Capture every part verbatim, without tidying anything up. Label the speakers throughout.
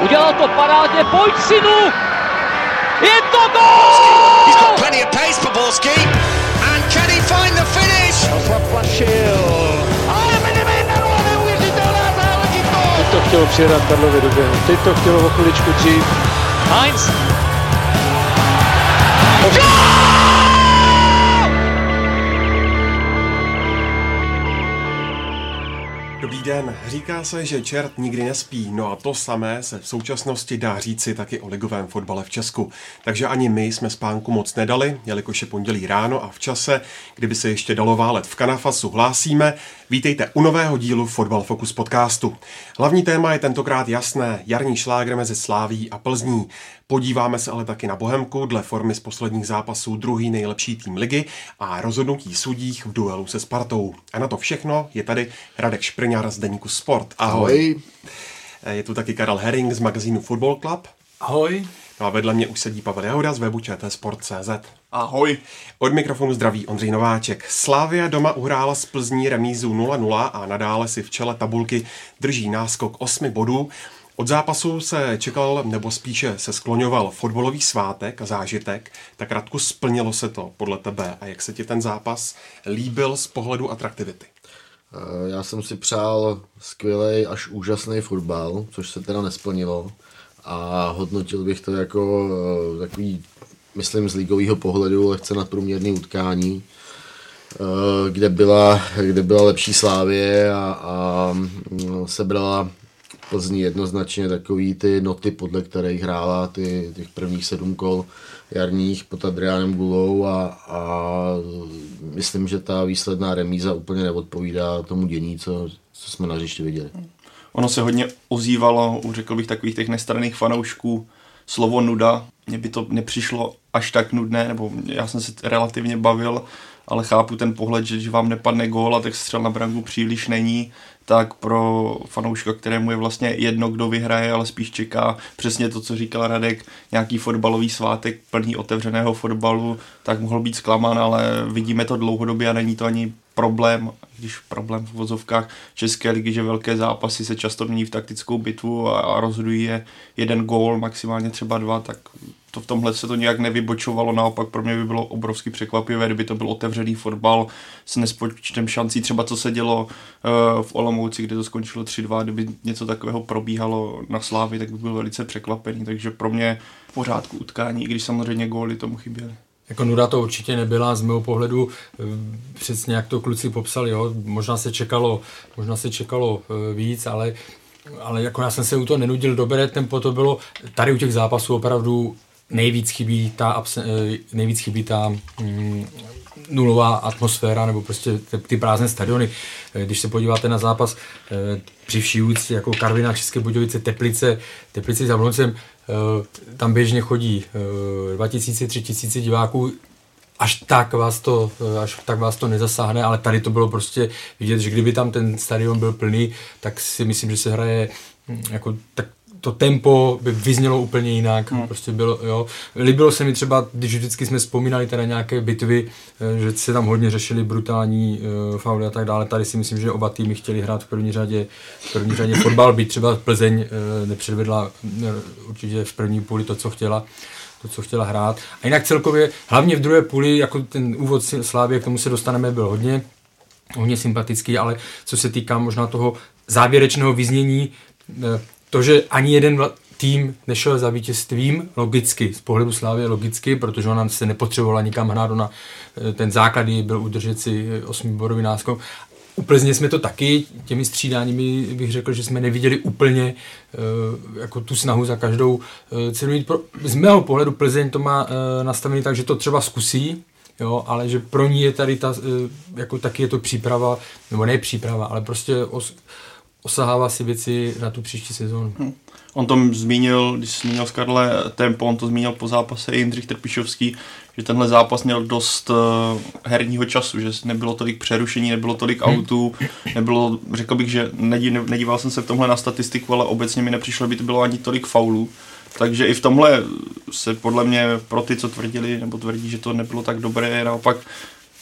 Speaker 1: Udělal to parádně, pojď synu! Je to gól!
Speaker 2: He's got plenty of pace for Borski. And can he find the finish?
Speaker 1: Zaplašil.
Speaker 2: Ale Minimino, neuvěřitelná záležitost!
Speaker 3: Teď to chtělo přijedat Karlově do běhu, teď to chtělo o chviličku dřív.
Speaker 1: Heinz!
Speaker 4: Dobrý den, říká se, že čert nikdy nespí, no a to samé se v současnosti dá říci taky o ligovém fotbale v Česku. Takže ani my jsme spánku moc nedali, jelikož je pondělí ráno a v čase, kdyby se ještě dalo válet v Kanafasu, hlásíme. Vítejte u nového dílu Fotbal Focus podcastu. Hlavní téma je tentokrát jasné, jarní šlágr mezi Sláví a Plzní. Podíváme se ale taky na Bohemku, dle formy z posledních zápasů druhý nejlepší tým ligy a rozhodnutí sudích v duelu se Spartou. A na to všechno je tady Radek Šprňar z deníku Sport. Ahoj. Ahoj. Je tu taky Karel Herring z magazínu Football Club.
Speaker 3: Ahoj.
Speaker 4: No a vedle mě už sedí Pavel Jahoda z webu č t sport tečka cé zet.
Speaker 5: Ahoj.
Speaker 4: Od mikrofonu zdraví Ondřej Nováček. Slavia doma uhrála s Plzní remízu nula nula a nadále si v čele tabulky drží náskok osmi bodů. Od zápasu se čekal, nebo spíše se skloňoval fotbalový svátek a zážitek. Tak Radku, splnilo se to podle tebe a jak se ti ten zápas líbil z pohledu atraktivity?
Speaker 6: Já jsem si přál skvělej až úžasný fotbal, což se teda nesplnilo a hodnotil bych to jako takový, myslím z ligového pohledu, lehce nadprůměrný utkání, kde byla, kde byla lepší Slávie a, a sebrala Plzní jednoznačně takový ty noty, podle kterých hrála ty, těch prvních sedm kol jarních pod Adriánem Gulou a, a myslím, že ta výsledná remíza úplně neodpovídá tomu dění, co, co jsme na hřišti viděli.
Speaker 5: Ono se hodně ozývalo, řekl bych, takových těch nestranných fanoušků slovo nuda. Mně by to nepřišlo až tak nudné, nebo já jsem se relativně bavil, ale chápu ten pohled, že když vám nepadne gól a tak střel na branku příliš není, tak pro fanouška, kterému je vlastně jedno, kdo vyhraje, ale spíš čeká přesně to, co říkal Radek, nějaký fotbalový svátek plný otevřeného fotbalu, tak mohl být zklamán, ale vidíme to dlouhodobě a není to ani problém, když problém v vozovkách České ligy, že velké zápasy se často mění v taktickou bitvu a, a rozhodují je jeden gól, maximálně třeba dva, tak to v tomhle se to nějak nevybočovalo, naopak pro mě by bylo obrovsky překvapivé, kdyby to byl otevřený fotbal s nespočtem šancí, třeba co se dělo uh, v Olomouci, kde to skončilo tři dva, kdyby něco takového probíhalo na Slávii, tak by byl velice překvapený, takže pro mě v pořádku utkání, i když samozřejmě góly tomu chyběly.
Speaker 3: Jako nuda to určitě nebyla, z mého pohledu přesně jak to kluci popsali, jo, možná se čekalo, možná se čekalo víc, ale, ale jako já jsem se u toho nenudil, dobré tempo to bylo, tady u těch zápasů opravdu nejvíc chybí ta, absen, nejvíc chybí ta mm, nulová atmosféra nebo prostě ty prázdné stadiony. Když se podíváte na zápas při vší úctě jako Karviná, České Budějovice, Teplice, Teplice s Jabloncem, tam běžně chodí dva tisíce, tři tisíce diváků, až tak vás to, až tak vás to nezasáhne, ale tady to bylo prostě vidět, že kdyby tam ten stadion byl plný, tak si myslím, že se hraje jako tak to tempo by vyznělo úplně jinak, hmm. prostě bylo, jo. Líbilo se mi třeba, když vždycky jsme vzpomínali teda nějaké bitvy, že se tam hodně řešily brutální uh, fauly a tak dále, tady si myslím, že oba týmy chtěli hrát v první řadě, v první řadě fotbal, byť třeba Plzeň uh, nepředvedla uh, určitě v první půli to, co chtěla, to, co chtěla hrát. A jinak celkově, hlavně v druhé půli, jako ten úvod Slávie, k tomu se dostaneme, byl hodně, hodně sympatický, ale co se týká možná toho závěrečného vyznění, uh, to, že ani jeden tým nešel za vítězstvím, logicky, z pohledu Slávie logicky, protože ona se nepotřebovala nikam hrát, ona ten základ byl udržet si osmibodový náskok. U Plzně jsme to taky, těmi střídáními bych řekl, že jsme neviděli úplně uh, jako tu snahu za každou uh, cenu. Z mého pohledu Plzeň to má uh, nastavený tak, že to třeba zkusí, jo, ale že pro ní je tady ta, uh, jako taky je to příprava, nebo ne příprava, ale prostě os, osahává si věci na tu příští sezónu. Hmm.
Speaker 5: On to zmínil, když zmínil z Karle tempo, on to zmínil po zápase i Jindřich Trpišovský, že tenhle zápas měl dost uh, herního času, že nebylo tolik přerušení, nebylo tolik hmm. autů, nebylo, řekl bych, že nedí, nedíval jsem se v tomhle na statistiku, ale obecně mi nepřišlo, by to bylo ani tolik faulů. Takže i v tomhle se podle mě pro ty, co tvrdili, nebo tvrdí, že to nebylo tak dobré, naopak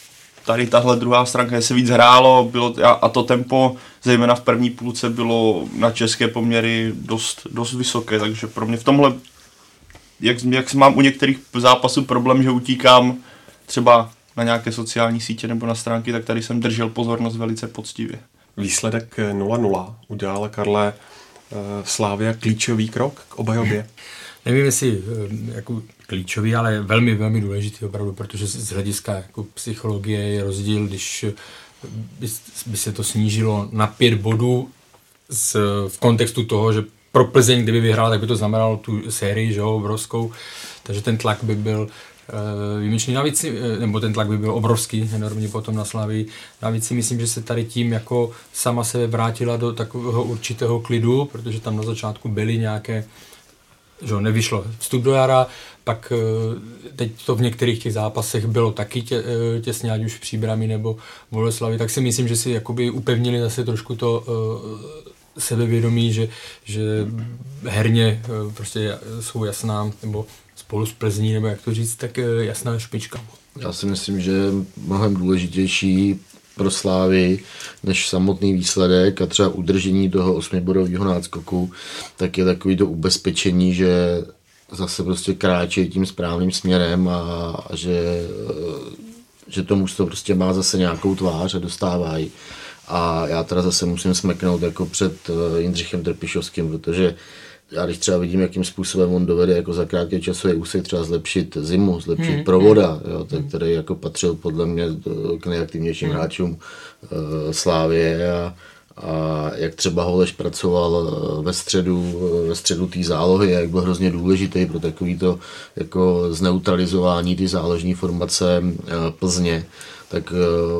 Speaker 5: tady tahle druhá stránka, se víc hrálo, bylo, a to tempo, zejména v první půlce, bylo na české poměry dost, dost vysoké, takže pro mě v tomhle, jak, jak mám u některých zápasů problém, že utíkám třeba na nějaké sociální sítě nebo na stránky, tak tady jsem držel pozornost velice poctivě.
Speaker 4: Výsledek nula nula udělala, Karle, Slavia klíčový krok k obhajobě?
Speaker 3: Nevím, jestli jako klíčový, ale velmi, velmi důležitý opravdu, protože z hlediska jako psychologie je rozdíl, když by, by se to snížilo na pět bodů z, v kontextu toho, že pro Plzeň, kdyby vyhrál, tak by to znamenalo tu sérii, že jo, obrovskou, takže ten tlak by byl uh, výjimečný. Navíc, nebo ten tlak by byl obrovský, enormně potom na Slavii. Navíc si myslím, že se tady tím jako sama se vrátila do takového určitého klidu, protože tam na začátku byly nějaké, že nevyšlo vstup do jara, pak teď to v některých těch zápasech bylo taky tě, těsně, ať už v Příbrami nebo v Boleslavi, tak si myslím, že si jakoby upevnili zase trošku to uh, sebevědomí, že, že herně uh, prostě jsou jasná, nebo spolu s Plzní, nebo jak to říct, tak uh, jasná špička.
Speaker 6: Já si myslím, že mnohem důležitější pro Slávy než samotný výsledek a třeba udržení toho osmibodového náskoku, tak je takový to ubezpečení, že zase prostě kráčí tím správným směrem a, a že, že to mužstvo prostě má zase nějakou tvář a dostávají. A já teda zase musím smeknout jako před Jindřichem Trpišovským, protože já když třeba vidím, jakým způsobem on dovede jako za krátký časový úsek třeba zlepšit zimu, zlepšit hmm. provoda, jo, tak, který jako patřil podle mě k nejaktivnějším hmm. hráčům uh, Slávie a, a jak třeba Holeš pracoval ve středu, ve středu té zálohy, jak byl hrozně důležitý pro takovýto jako zneutralizování ty záložní formace uh, Plzně, tak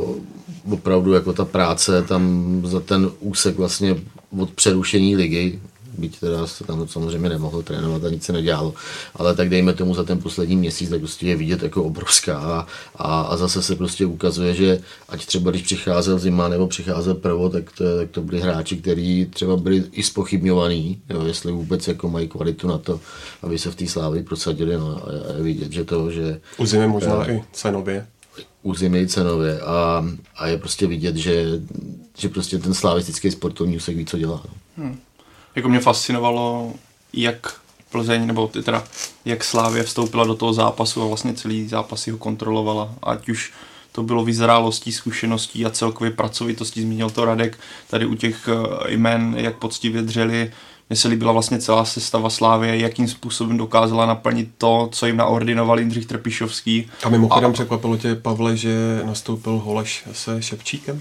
Speaker 6: uh, opravdu jako ta práce tam za ten úsek vlastně od přerušení ligy, byť teda se tam samozřejmě nemohl trénovat a nic se nedělalo, ale tak dejme tomu za ten poslední měsíc, tak prostě je vidět jako obrovská a, a, a zase se prostě ukazuje, že ať třeba když přicházel zima nebo přicházel prvo, tak to, tak to byli hráči, kteří třeba byli i zpochybňovaní, jo, jestli vůbec jako mají kvalitu na to, aby se v té Slávii prosadili, no, a je vidět, že to, že...
Speaker 4: U zimy možná uh, i cenově.
Speaker 6: U zimy cenově a, a je prostě vidět, že, že prostě ten slavistický sportovní úsek ví, co dělá. No. Hmm.
Speaker 5: Jako mě fascinovalo, jak Plzeň, nebo teda jak Slavia vstoupila do toho zápasu a vlastně celý zápas ho kontrolovala. Ať už to bylo vyzrálostí, zkušeností a celkově pracovitostí, zmínil to Radek, tady u těch jmen, jak poctivě dřeli. Mně se líbila vlastně celá sestava Slávie, jakým způsobem dokázala naplnit to, co jim naordinoval Jindřich Trpišovský.
Speaker 4: A mimochodem a... překvapilo tě, Pavle, že nastoupil Holeš se Ševčíkem?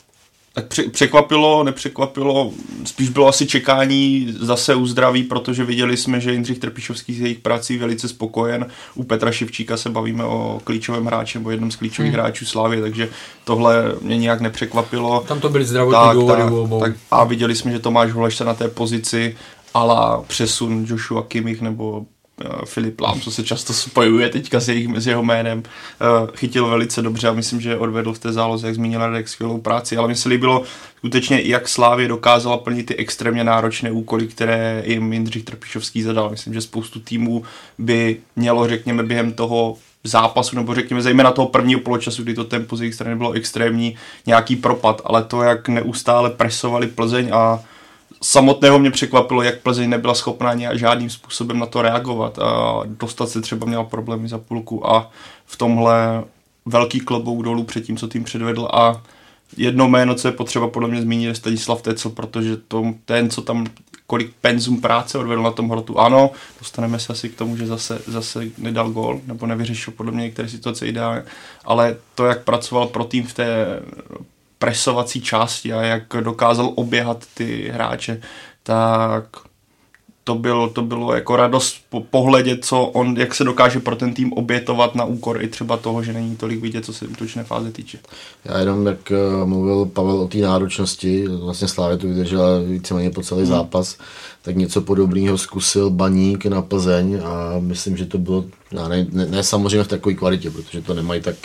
Speaker 5: Tak překvapilo, nepřekvapilo, spíš bylo asi čekání zase u zdraví, protože viděli jsme, že Jindřich Trpišovský z jejich prací velice spokojen. U Petra Ševčíka se bavíme o klíčovém hráči, nebo jednom z klíčových hmm. hráčů Slávy, takže tohle mě nějak nepřekvapilo.
Speaker 3: Tam to byly zdravotní důvody u obou.
Speaker 5: A viděli jsme, že Tomáš Holeš se na té pozici ala přesun Joshua Kimmich nebo Filip Lahm, co se často spojuje teďka s, jejich, s jeho jménem, chytil velice dobře a myslím, že odvedl v té záloze, jak zmínil Radek, skvělou práci, ale mně se líbilo skutečně, jak Slavie dokázala plnit ty extrémně náročné úkoly, které jim Jindřich Trpišovský zadal. Myslím, že spoustu týmů by mělo, řekněme, během toho zápasu, nebo řekněme zejména toho prvního poločasu, kdy to tempo z jejich strany bylo extrémní, nějaký propad, ale to, jak neustále presovali Plzeň a samotného mě překvapilo, jak Plzeň nebyla schopná nějak žádným způsobem na to reagovat a dostat se třeba měla problémy za půlku a v tomhle velký klobouk dolů před tím, co tým předvedl a jedno jméno, co je potřeba podle mě zmínit, je Stanislav Tecl, protože to, ten, co tam kolik penzum práce odvedl na tom hrotu. Ano, dostaneme se asi k tomu, že zase, zase nedal gól, nebo nevyřešil podle mě některé situace ideálně, ale to, jak pracoval pro tým v té presovací části a jak dokázal oběhat ty hráče, tak to bylo, to bylo jako radost po pohledě, co on, jak se dokáže pro ten tým obětovat na úkor i třeba toho, že není tolik vidět, co se útočné fáze týče.
Speaker 6: Já jenom, jak mluvil Pavel o té náročnosti, vlastně Slávě to vydržela víceméně po celý hmm. zápas, tak něco podobného zkusil Baník na Plzeň a myslím, že to bylo, ne, ne, ne samozřejmě v takové kvalitě, protože to nemají tak,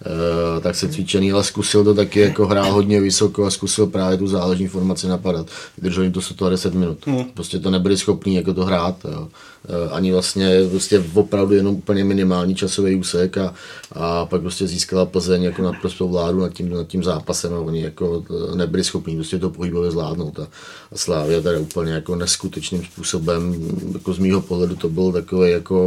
Speaker 6: uh, tak se cvičený, ale zkusil to taky, jako hrál hodně vysoko a zkusil právě tu záložní formaci napadat. Vydržel jim to sotva deset minut. Hmm. Prostě to nebyli schopni schopný jako to hrát. Jo. Ani vlastně prostě opravdu jenom úplně minimální časový úsek a, a pak prostě získala Plzeň jako naprosto vládu nad tím, nad tím zápasem a oni jako nebyli schopní prostě to pohybově zvládnout a, a Slavia teda úplně jako neskutečným způsobem, jako z mýho pohledu to byl takový jako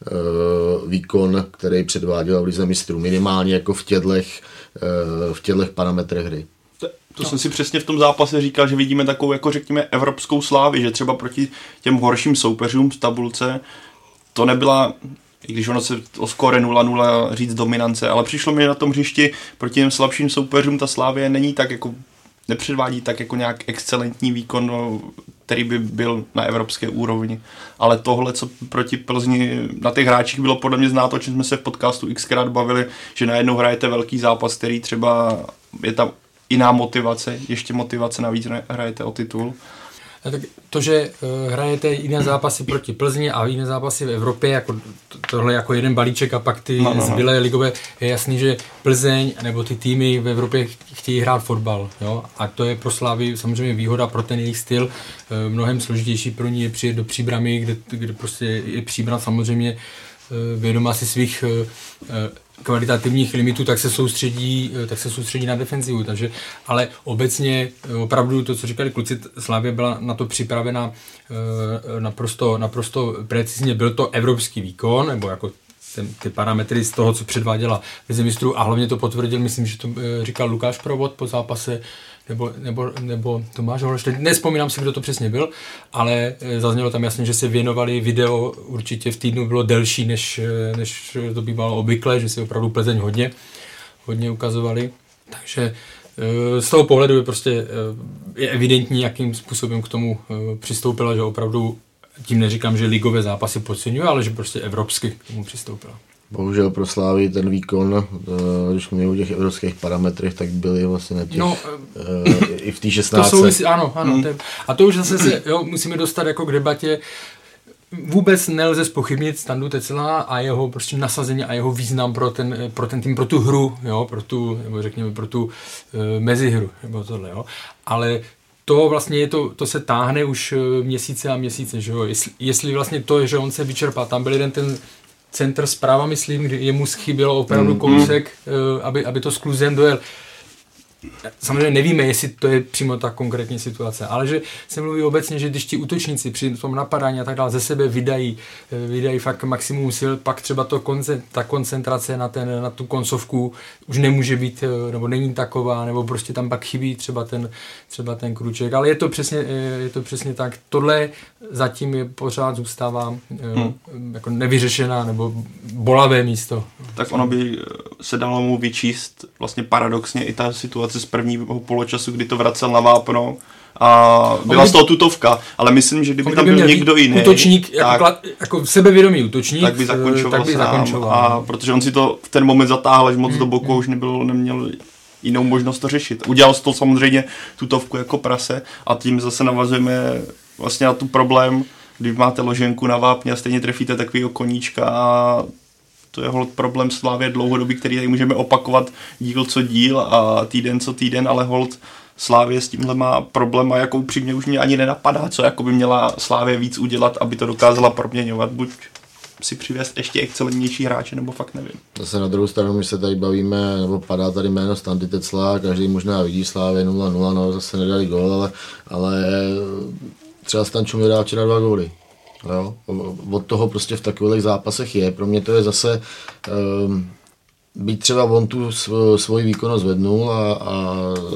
Speaker 6: uh, výkon, který předváděl v lize mistrů, minimálně jako v těchto uh, v těchto parametrech hry.
Speaker 5: To no. jsem si přesně v tom zápase říkal, že vidíme takovou, jako řekněme, evropskou slávy, že třeba proti těm horším soupeřům v tabulce to nebyla, i když ono se o skóre nula nula říct dominance, ale přišlo mi na tom hřišti proti těm slabším soupeřům ta Slavie není tak jako, nepředvádí tak jako nějak excelentní výkon, který by byl na evropské úrovni. Ale tohle, co proti Plzni na těch hráčích bylo podle mě znát, o čem jsme se v podcastu xkrát bavili, že najednou hrajete velký zápas, který třeba je tam jiná motivace, ještě motivace, navíc hrajete o titul.
Speaker 3: Tak to, že uh, hrajete jiné zápasy proti Plzni a jiné zápasy v Evropě, jako to, tohle jako jeden balíček a pak ty no, no, zbylé no. ligové, je jasný, že Plzeň nebo ty týmy v Evropě chtějí hrát fotbal. Jo? A to je pro Slavii samozřejmě výhoda pro ten jejich styl. Uh, mnohem složitější pro ní je přijet do Příbramy, kde, kde prostě je Příbram samozřejmě uh, vědomá si svých uh, kvalitativních limitů, tak se soustředí, tak se soustředí na defenzivu, takže, ale obecně opravdu to, co říkali kluci, Slavia byla na to připravena naprosto, naprosto precizně, byl to evropský výkon, nebo jako ten, ty parametry z toho, co předváděla lize mistrů a hlavně to potvrdil, myslím, že to říkal Lukáš Provod po zápase, nebo, nebo, nebo Tomáš Holeš, nespomínám si, kdo to přesně byl, ale zaznělo tam jasně, že se věnovali video, určitě v týdnu bylo delší, než, než to bývalo obvykle, že si opravdu Plzeň hodně, hodně ukazovali, takže z toho pohledu je prostě je evidentní, jakým způsobem k tomu přistoupila, že opravdu, tím neříkám, že ligové zápasy podceňuje, ale že prostě evropsky k tomu přistoupila.
Speaker 6: Bohužel pro Slávy ten výkon, když mluvím o těch evropských parametrech, tak byly vlastně na těch, no, uh, i v té šestnáctce.
Speaker 3: To souvisí, ano, ano. Hmm. To je, a to už zase se, jo, musíme dostat jako k debatě. Vůbec nelze zpochybnit Standu Tecla a jeho prostě nasazení a jeho význam pro ten, pro ten tým, pro tu hru, jo, pro tu, nebo řekněme, pro tu uh, mezihru, nebo tohle, jo. Ale to vlastně je to, to se táhne už měsíce a měsíce, že jo. Jestli, jestli vlastně to je, že on se vyčerpá, tam byl jeden ten centr zpráva, myslím, kdy jemu chybělo opravdu mm, kousek, mm. aby, aby to s Kluzem dojel. Samozřejmě nevíme, jestli to je přímo ta konkrétní situace, ale že se mluví obecně, že když ti útočníci při tom napadání a tak dále ze sebe vydají, vydají fakt maximum sil, pak třeba to konce, ta koncentrace na, ten, na tu koncovku už nemůže být, nebo není taková, nebo prostě tam pak chybí třeba ten, třeba ten kruček, ale je to přesně, je to přesně tak. Tohle zatím je pořád zůstává hmm. jako nevyřešená nebo bolavé místo.
Speaker 5: Tak ono by se dalo mu vyčíst vlastně paradoxně i ta situace z prvního poločasu, kdy to vracel na vápno a byla z toho tutovka, ale myslím, že kdyby tam byl někdo jiný,
Speaker 3: útočník, jako, tak, jako sebevědomý útočník,
Speaker 5: tak by zakončoval,
Speaker 3: tak by zakončoval.
Speaker 5: A protože on si to v ten moment zatáhl až moc hmm. do boku, už nebyl, neměl jinou možnost to řešit. Udělal to samozřejmě tutovku jako prase a tím zase navazujeme vlastně na tu problém, když máte loženku na vápně a stejně trefíte takovýho koníčka a to je holt problém Slavie dlouhodobý, který tady můžeme opakovat díl co díl a týden co týden, ale holt Slavie s tímhle má problém a jako upřímně už mě ani nenapadá, co jako by měla Slavie víc udělat, aby to dokázala proměňovat. Buď si přivést ještě excelentnější hráče, nebo fakt nevím.
Speaker 6: Zase na druhou stranu, my se tady bavíme, nebo padá tady jméno Standy Tecla, každý možná vidí Slavie nula nula, no zase nedali gól, ale, ale třeba Stan Čumil dá včera dva góly. Jo? Od toho prostě v takových zápasech je. Pro mě to je zase um, být třeba on tu svoji výkonnost zvednul a, a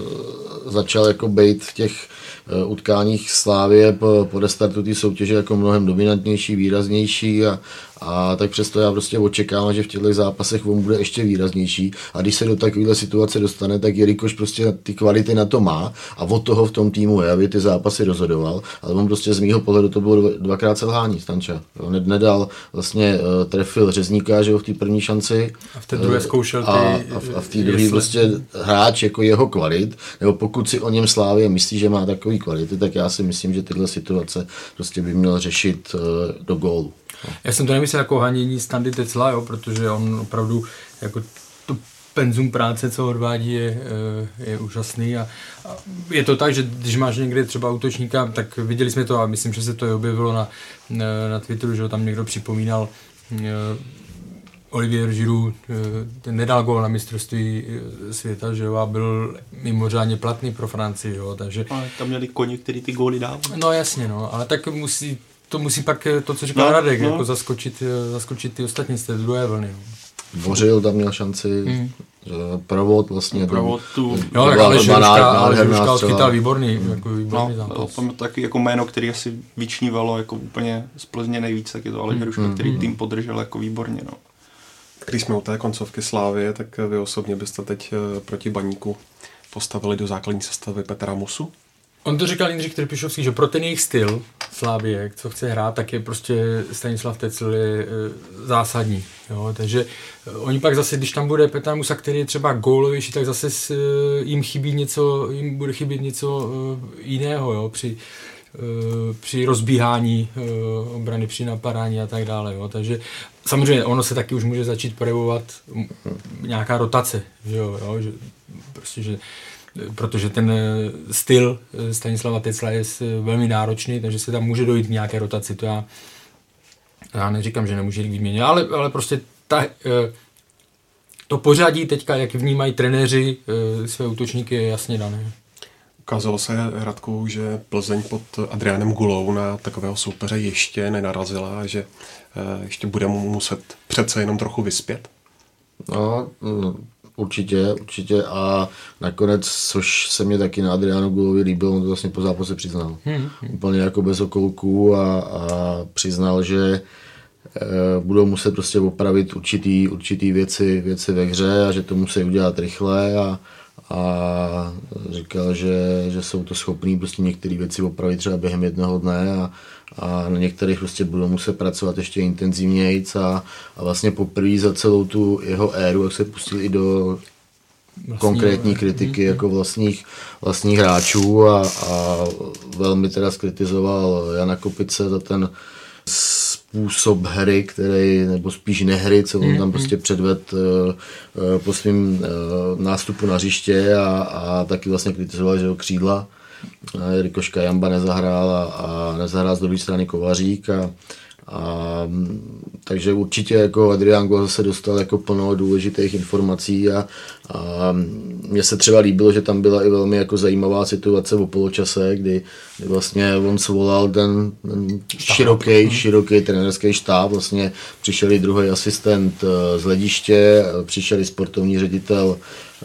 Speaker 6: začal jako bejt v těch uh, utkáních Slávie po, po restartu té soutěže jako mnohem dominantnější, výraznější a, a tak přesto já prostě očekávám, že v těchto zápasech on bude ještě výraznější a když se do takovéhle situace dostane, tak jelikož prostě ty kvality na to má a od toho v tom týmu je, aby ty zápasy rozhodoval, ale on prostě z mýho pohledu to bylo dvakrát selhání Stanča. On nedal, vlastně uh, trefil Řezníka, že jo, v té první šanci.
Speaker 3: A v té druhé zkoušel ty...
Speaker 6: A, a v, a v té druhé prostě hráč jako jeho kvalit, nebo pokud si o něm Slávě myslí, že má takový kvality, tak já si myslím, že tyhle situace prostě by měl řešit uh, do gólu.
Speaker 3: Já jsem to nemyslel jako hanění Standy Tecla, jo, protože on opravdu jako to penzum práce, co odvádí, je, je úžasný a, a je to tak, že když máš někde třeba útočníka, tak viděli jsme to a myslím, že se to i objevilo na, na, na Twitteru, že tam někdo připomínal Olivier Giroud, ten nedal gól na mistrovství světa, že jo, a byl mimořádně platný pro Francii, jo, takže...
Speaker 5: Ale tam měli koně, který ty góly dál.
Speaker 3: No jasně, no, ale tak musí, to musí pak to, co říkal no, Radek, no. jako zaskočit, zaskočit ty ostatní z té druhé vlny. No.
Speaker 6: Dvořil tam měl šanci, hmm. že provod vlastně.
Speaker 5: Provod tu.
Speaker 3: Jo, tak ale Žeruška odchytal výborný, hmm. jako výborný
Speaker 5: no,
Speaker 3: zápas.
Speaker 5: Tam taky jako jméno, který asi vyčnívalo jako úplně z Plzně nejvíc, tak je to ale Žeruška, hmm. který hmm. tým podržel jako výborně, no.
Speaker 4: Když jsme u té koncovky Slávie, tak vy osobně byste teď proti Baníku postavili do základní sestavy Petra Musu?
Speaker 3: On to říkal Jindřich Trpišovský, že pro ten jejich styl Slávie, co chce hrát, tak je prostě Stanislav Tecl je zásadní. Jo? Takže oni pak zase, když tam bude Petr Musa, který je třeba gólovější, tak zase s, jim chybí něco, jim bude chybět něco jiného, jo? Při, při rozbíhání obrany, při napadání a tak dále. Jo? Takže samozřejmě ono se taky už může začít projevovat nějaká rotace, že jo? Jo? Že, prostě, že protože ten styl Stanislava Tecla je velmi náročný, takže se tam může dojít k nějaké rotaci. To já, já neříkám, že nemůže jít k výměně, ale, ale prostě ta, to pořadí teďka, jak vnímají trenéři své útočníky, je jasně dané.
Speaker 4: Ukázalo se, Radku, že Plzeň pod Adriánem Gulou na takového soupeře ještě nenarazila, že ještě bude mu muset přece jenom trochu vyspět?
Speaker 6: No, no. Určitě, určitě a nakonec, což se mě taky na Adriánu Gulovi líbilo, on to vlastně po zápase přiznal. Hmm, hmm. Úplně jako bez okolků a, a přiznal, že e, budou muset prostě opravit určitý, určitý věci, věci ve hře a že to musí udělat rychle a, a říkal, že, že jsou to schopní prostě některé věci opravit třeba během jednoho dne a, a na některých prostě budou muset pracovat ještě intenzivnějc a, a vlastně poprvé za celou tu jeho éru, jak se pustil i do vlastní, konkrétní kritiky jako vlastních, vlastních hráčů a, a velmi teda skritizoval Jana Kopice za ten způsob hry, který, nebo spíš nehry, co on tam prostě předved uh, uh, po svým uh, nástupu na hřiště a, a taky vlastně kritizoval, že ho křídla, jelikož Kajamba nezahrál a, a nezahrál z druhé strany Kovařík a, a takže určitě jako Adrián Gula zase dostal jako plno důležitých informací a, a mně se třeba líbilo, že tam byla i velmi jako zajímavá situace o poločase, kdy, kdy vlastně on svolal ten, ten široký, široký trenérský štáb, vlastně přišel i druhý asistent z hlediště, přišel i sportovní ředitel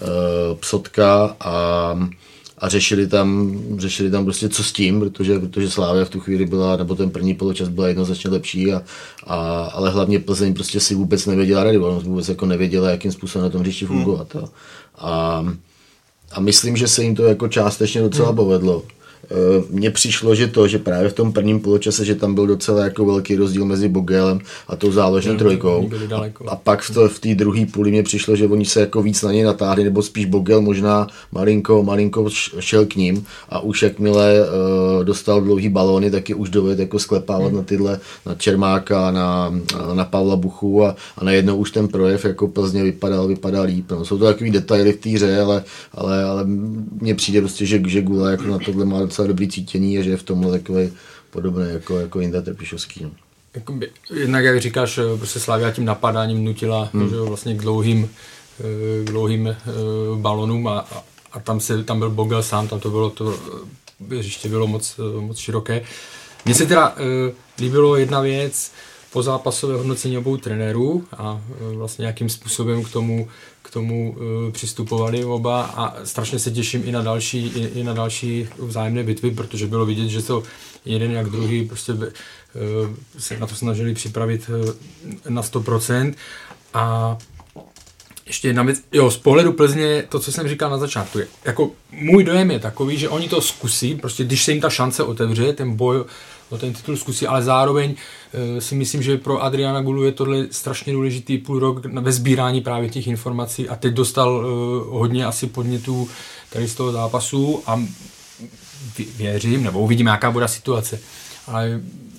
Speaker 6: Psotka a a řešili tam, řešili tam prostě co s tím, protože, protože Slavia v tu chvíli byla, nebo ten první poločas byla jednoznačně lepší, a, a, ale hlavně Plzeň prostě si vůbec nevěděla rady, on vůbec jako nevěděla, jakým způsobem na tom hřišti fungovat. Hmm. A, a myslím, že se jim to jako částečně docela hmm. povedlo. Mně přišlo, že to, že právě v tom prvním poločase, že tam byl docela jako velký rozdíl mezi Bogelem a tou záložní no, trojkou. A, a pak v té druhé půli mně přišlo, že oni se jako víc na něj natáhli, nebo spíš Bogel možná malinko, malinko šel k ním a už jakmile uh, dostal dlouhý balóny, taky už dovedl jako sklepávat hmm. na tyhle, na Čermáka, na, na Pavla Buchu a, a najednou už ten projev jako Plzně vypadal, vypadal líp. No, jsou to takový detaily v té hře, ale, ale, ale mně přijde prostě, že, že Gula jako na tohle má docela dobrý cítění a že je v tomhle takový podobný jako, jako Jindra Trpišovský. No.
Speaker 3: Jakoby, jednak, jak říkáš, prostě Slavia tím napadáním nutila hmm. že vlastně k dlouhým, k dlouhým balonům a, a tam, se, tam byl Bogel sám, tam to bylo to ještě bylo moc, moc široké. Mně se teda líbilo jedna věc, pozápasové hodnocení obou trenérů a vlastně nějakým způsobem k tomu, k tomu uh, přistupovali oba a strašně se těším i na další, i, i na další vzájemné bitvy, protože bylo vidět, že to jeden jak druhý prostě uh, se na to snažili připravit uh, na sto procent a ještě jedna věc, jo, z pohledu Plzně, to, co jsem říkal na začátku, je, jako můj dojem je takový, že oni to zkusí, prostě když se jim ta šance otevře, ten boj o ten titul zkusí, ale zároveň e, si myslím, že pro Adriána Gulu je tohle strašně důležitý půl rok ve sbírání právě těch informací a teď dostal e, hodně asi podnětů tady z toho zápasu a věřím, nebo uvidíme, jaká bude situace. Ale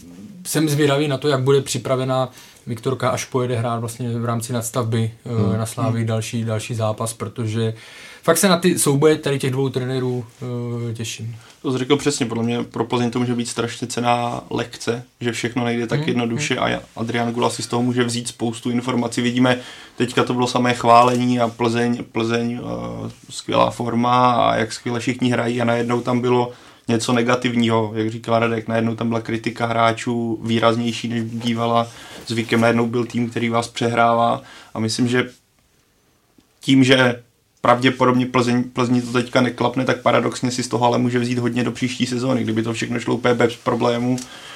Speaker 3: jsem zvědavý na to, jak bude připravená Viktorka, až pojede hrát vlastně v rámci nadstavby hmm. na Slávii další, další zápas, protože fakt se na ty souboje tady těch dvou trenérů uh, těším.
Speaker 5: To jsi řekl přesně, podle mě pro Plzeň to může být strašně cenná lekce, že všechno nejde tak hmm. jednoduše hmm. a Adrian Gula si z toho může vzít spoustu informací. Vidíme, teďka to bylo samé chválení a Plzeň, Plzeň uh, skvělá forma a jak skvěle všichni hrají a najednou tam bylo něco negativního, jak říkal Radek, najednou tam byla kritika hráčů výraznější, než bývala zvykem, najednou byl tým, který vás přehrává a myslím, že tím, že pravděpodobně Plzeň, Plzni to teďka neklapne, tak paradoxně si z toho ale může vzít hodně do příští sezóny. Kdyby to všechno šlo úplně bez problémů,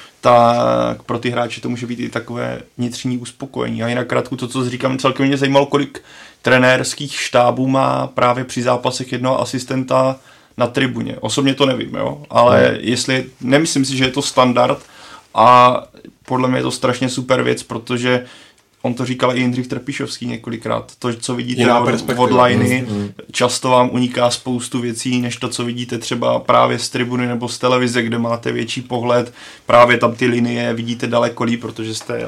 Speaker 5: tak pro ty hráče to může být i takové vnitřní uspokojení. A jinak krátku to, co říkám, celkem mě zajímalo, kolik trenérských štábů má právě při zápasech jednoho asistenta na tribuně. Osobně to nevím, jo? Ale hmm. jestli, nemyslím si, že je to standard a podle mě je to strašně super věc, protože on to říkal i Jindřich Trpišovský několikrát. To, co vidíte od, od liney, mm. často vám uniká spoustu věcí, než to, co vidíte třeba právě z tribuny nebo z televize, kde máte větší pohled. Právě tam ty linie vidíte daleko líp, protože z té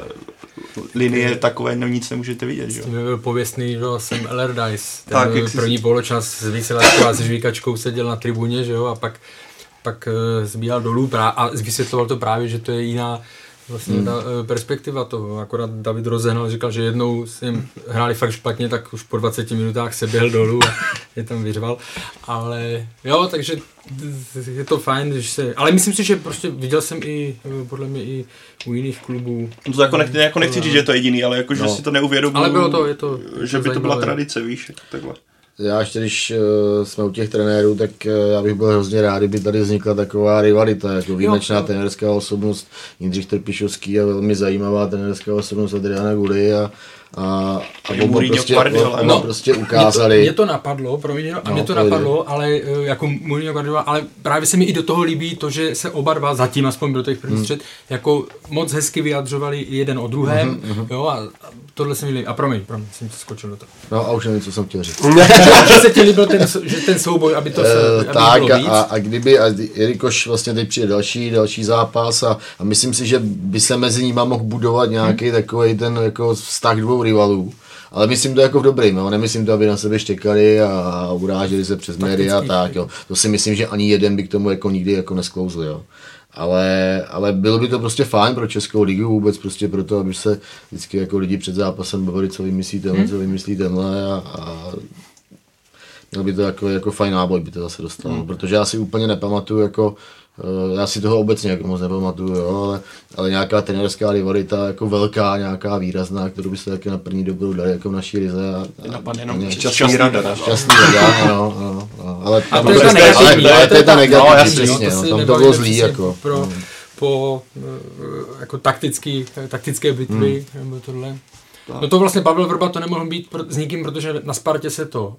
Speaker 5: linie takové no, nic nemůžete vidět. Že?
Speaker 3: Byl pověstný, že jsem Allardyce. Ten
Speaker 5: tak,
Speaker 3: první
Speaker 5: si...
Speaker 3: poločas s vysílačkou a s žvíkačkou seděl na tribuně, že jo, a pak, pak zbíhal dolů prá- a vysvětloval to právě, že to je jiná vlastně hmm. ta perspektiva toho. Akorát David Rozehnal říkal, že jednou s ním hráli fakt špatně, tak už po dvaceti minutách se běhl dolů a je tam vyřval. Ale jo, takže je to fajn, když se... Ale myslím si, že prostě viděl jsem i, podle mě i u jiných klubů.
Speaker 5: To jako, nech, jako nechci říct, že je to jediný, ale jako, že no. si to neuvědomuji.
Speaker 3: Ale bylo to, je to...
Speaker 5: Že by to byla tradice, víš, takhle.
Speaker 6: Já ještě, když uh, jsme u těch trenérů, tak uh, já bych byl hrozně rád, kdyby tady vznikla taková rivalita, jako výjimečná trenérská osobnost Jindřich Trpišovský a velmi zajímavá trenérská osobnost Adriana Guly a a, a oba prostě, no, prostě ukázali.
Speaker 3: Mě to, mě to napadlo, promiň, a no, mě to napadlo, ale jako Mourinho Guardiola, ale právě se mi i do toho líbí to, že se oba dva, zatím aspoň do těch prvních hmm. střed, jako moc hezky vyjadřovali jeden o druhém, mm-hmm. jo, a tohle se mi líbí. A promiň, promiň, jsem to skočil do toho.
Speaker 6: No a už nevím, co jsem chtěl říct.
Speaker 3: že se ti líbil ten, že ten souboj, aby to se, aby
Speaker 6: tak
Speaker 3: bylo víc.
Speaker 6: A, a kdyby, a jelikož vlastně teď přijde další, další zápas a, a myslím si, že by se mezi nimi mohl budovat nějaký hmm. takový ten jako vztah dvou rivalů. Ale myslím to jako v dobrým, jo? Nemyslím to, aby na sebe štěkali a, a uráželi se přes média a tak, jo. To si myslím, že ani jeden by k tomu jako nikdy jako nesklouzl, jo. Ale, ale bylo by to prostě fajn pro Českou ligu vůbec prostě proto, aby se vždycky jako lidi před zápasem bavili, co vymyslí tenhle, hmm. co vymyslí tenhle a, a měl by to jako, jako fajn náboj by to zase dostalo, hmm. protože já si úplně nepamatuju jako já si toho obecně jako moc nepamatuju, jo, ale, ale nějaká trenérská rivalita jako velká, nějaká výrazná, kterou by se taky na první dobu dali jako v naší lize.
Speaker 5: Napadne jenom šťastný rada.
Speaker 6: Šťastný rada, ano, ano, ano. Ale
Speaker 3: a to je ta negativní.
Speaker 6: Ale to je ta negativní,
Speaker 3: no,
Speaker 6: přesně, no, tam to bylo zlý, jako.
Speaker 3: Pro, po jako taktický, taktické bitvy, hmm. nebo tohle. No to vlastně Pavel Vrba to nemohl být s nikým, protože na Spartě se to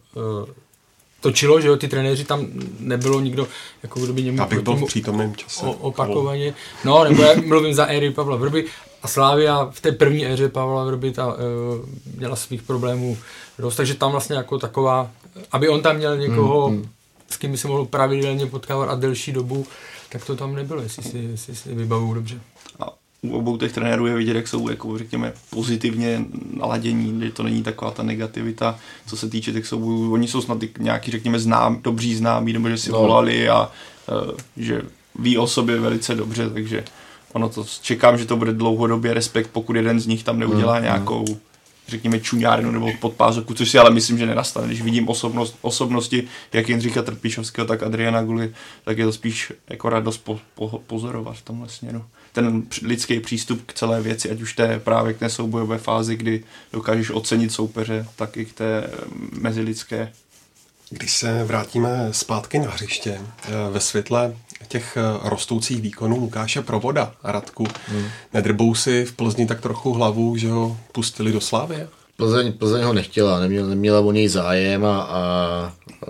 Speaker 3: točilo, že jo, ty trenéři tam nebylo nikdo, jako kdo by němu...
Speaker 4: Abych byl v přítomném čase.
Speaker 3: Opakovaně. No, nebo já mluvím za éry Pavla Vrby a Slavia v té první éře Pavla Vrby ta, uh, měla svých problémů dost, takže tam vlastně jako taková, aby on tam měl někoho, hmm, hmm. s kým by se mohl pravidelně potkávat a delší dobu, tak to tam nebylo, jestli si, jestli si vybavuju dobře.
Speaker 5: A u obou těch trenérů je vidět, jak jsou, jako řekněme, pozitivně naladění, že to není taková ta negativita, co se týče těch soubojů. Oni jsou snad nějaký, řekněme, znám, dobří známí, nebo že si no. volali a uh, že ví o sobě velice dobře, takže ono to, čekám, že to bude dlouhodobě respekt, pokud jeden z nich tam neudělá mm, nějakou, mm. řekněme, čuňárnu nebo podpázovku, což si ale myslím, že nenastane. Když vidím osobnost, osobnosti, jak Jindřicha Trpišovského, tak Adriana Guly, tak je to spíš jako radost po, po, pozorovat v tomhle směru. Ten lidský přístup k celé věci, ať už té právě k té soubojové fázi, kdy dokážeš ocenit soupeře, tak i k té mezilidské.
Speaker 4: Když se vrátíme zpátky na hřiště, ve světle těch rostoucích výkonů Lukáše Provoda a Radku, hmm. nedrbou si v Plzni tak trochu hlavu, že ho pustili do Slavie?
Speaker 6: Plzeň, Plzeň ho nechtěla, neměla, neměla o něj zájem a, a, a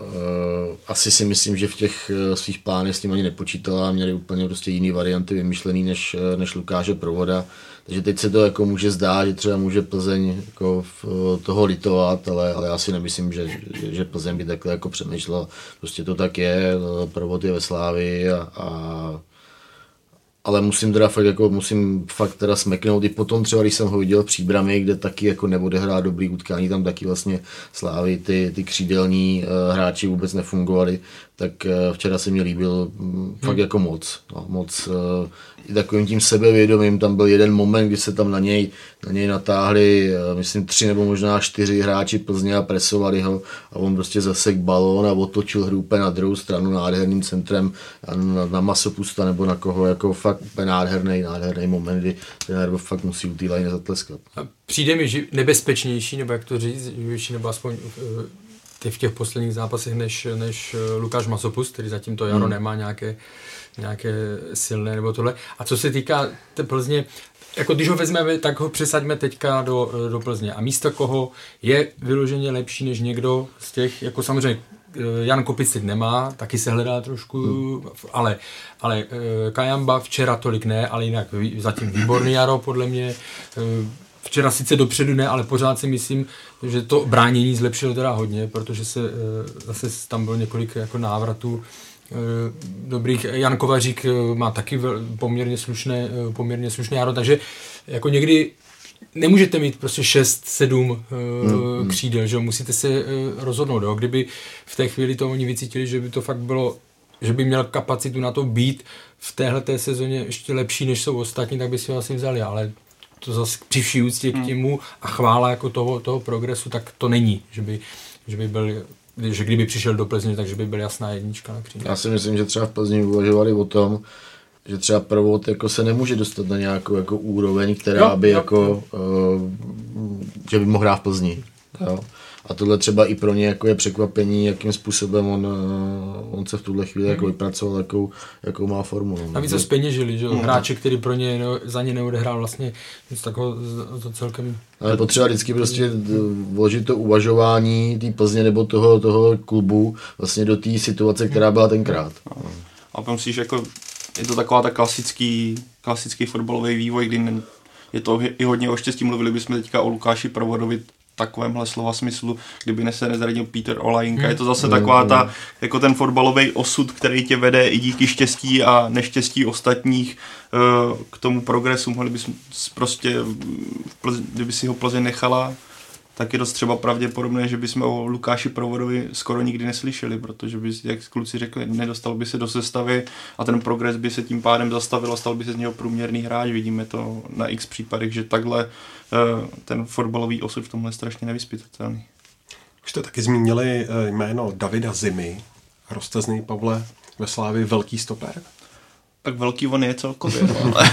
Speaker 6: asi si myslím, že v těch svých plánech s tím ani nepočítala, měli úplně prostě jiný varianty vymyšlený než, než Lukáše Provoda. Takže teď se to jako může zdát, že třeba může Plzeň jako toho litovat, ale, ale já si nemyslím, že, že Plzeň by takhle jako přemýšlela. Prostě to tak je, Provod je ve Slávii a, a ale musím teda fakt jako, musím fakt teda smeknout i potom třeba, když jsem ho viděl v Příbrami, kde taky jako neodehrál dobrý utkání, tam taky vlastně Slávy, ty, ty křídelní uh, hráči vůbec nefungovali, tak uh, včera se mi líbil um, fakt hmm. jako moc, no, moc uh, i takovým tím sebevědomím, tam byl jeden moment, kdy se tam na něj, na něj natáhli, uh, myslím tři nebo možná čtyři hráči Plzně a presovali ho a on prostě zasek balón a otočil hru úplně na druhou stranu nádherným centrem na, na Masopusta nebo na koho, jako fakt úplně nádherný, nádherný moment, kdy ten fakt musí u té lajny zatleskat.
Speaker 3: Přijde mi nebezpečnější, nebo jak to říct, živější, nebo aspoň ty v těch posledních zápasech, než, než Lukáš Masopust, který zatím to jaro hmm. nemá nějaké, nějaké silné nebo tohle. A co se týká té Plzně, jako když ho vezmeme, tak ho přesaďme teďka do, do Plzně. A místo koho je vyloženě lepší než někdo z těch, jako samozřejmě Jan Kopic teď nemá, taky se hledá trošku, hmm. ale, ale Kajamba včera tolik ne, ale jinak zatím výborný jaro podle mě. Včera sice dopředu ne, ale pořád si myslím, že to bránění zlepšilo teda hodně, protože se zase tam bylo několik jako návratů dobrých. Jan Kovařík má taky poměrně slušné, poměrně slušné jaro, takže jako někdy nemůžete mít prostě šest, sedm hmm. křídel, že musíte se rozhodnout, jo? Kdyby v té chvíli to oni vycítili, že by to fakt bylo, že by měl kapacitu na to být v téhleté sezóně ještě lepší, než jsou ostatní, tak by si ho asi vzali, ale to zase při vší úctě k němu a chvála jako toho, toho progresu, tak to není, že by, že by byl, že kdyby přišel do Plzně, takže by byl jasná jednička na křídle.
Speaker 6: Já si myslím, že třeba v Plzni uvažovali o tom, že třeba Provod jako se nemůže dostat na nějakou jako úroveň, která jo, by jo, jako, jo. Uh, že by mohl hrát v Plzni. Jo. A tohle třeba i pro ně jako je překvapení, jakým způsobem on, uh, on se v tuhle chvíli mm. jako vypracoval, jakou, jakou má formu. No.
Speaker 3: Navíc se zpeněžili, že mm. hráče, který pro ně, no, za ně neodehrál vlastně nic takového to celkem.
Speaker 6: Ale potřeba vždycky prostě vložit to uvažování té Plzně nebo toho, toho klubu vlastně do té situace, která byla tenkrát.
Speaker 5: No. A myslíš, jako je to taková ta klasický, klasický fotbalový vývoj, kdy je to i hodně o štěstí. Mluvili bychom teďka o Lukáši Provodovi takovémhle slova smyslu, kdyby se nezradil Peter Olajinka. Hmm. Je to zase taková ta, jako ten fotbalový osud, který tě vede i díky štěstí a neštěstí ostatních uh, k tomu progresu. Mohli bys prostě, kdyby si ho Plzeň nechala, tak je dost třeba pravděpodobné, že bychom o Lukáši Provodovi skoro nikdy neslyšeli, protože by, jak kluci řekli, nedostal by se do sestavy a ten progres by se tím pádem zastavil a stal by se z něho průměrný hráč. Vidíme to na x případech, že takhle ten fotbalový osud v tomhle je strašně nevyzpytatelný.
Speaker 4: Už jste taky zmínili jméno Davida Zimy. Roste z něj, Pavle, ve Slávii velký stoper?
Speaker 5: Tak velký on je celkově, ale,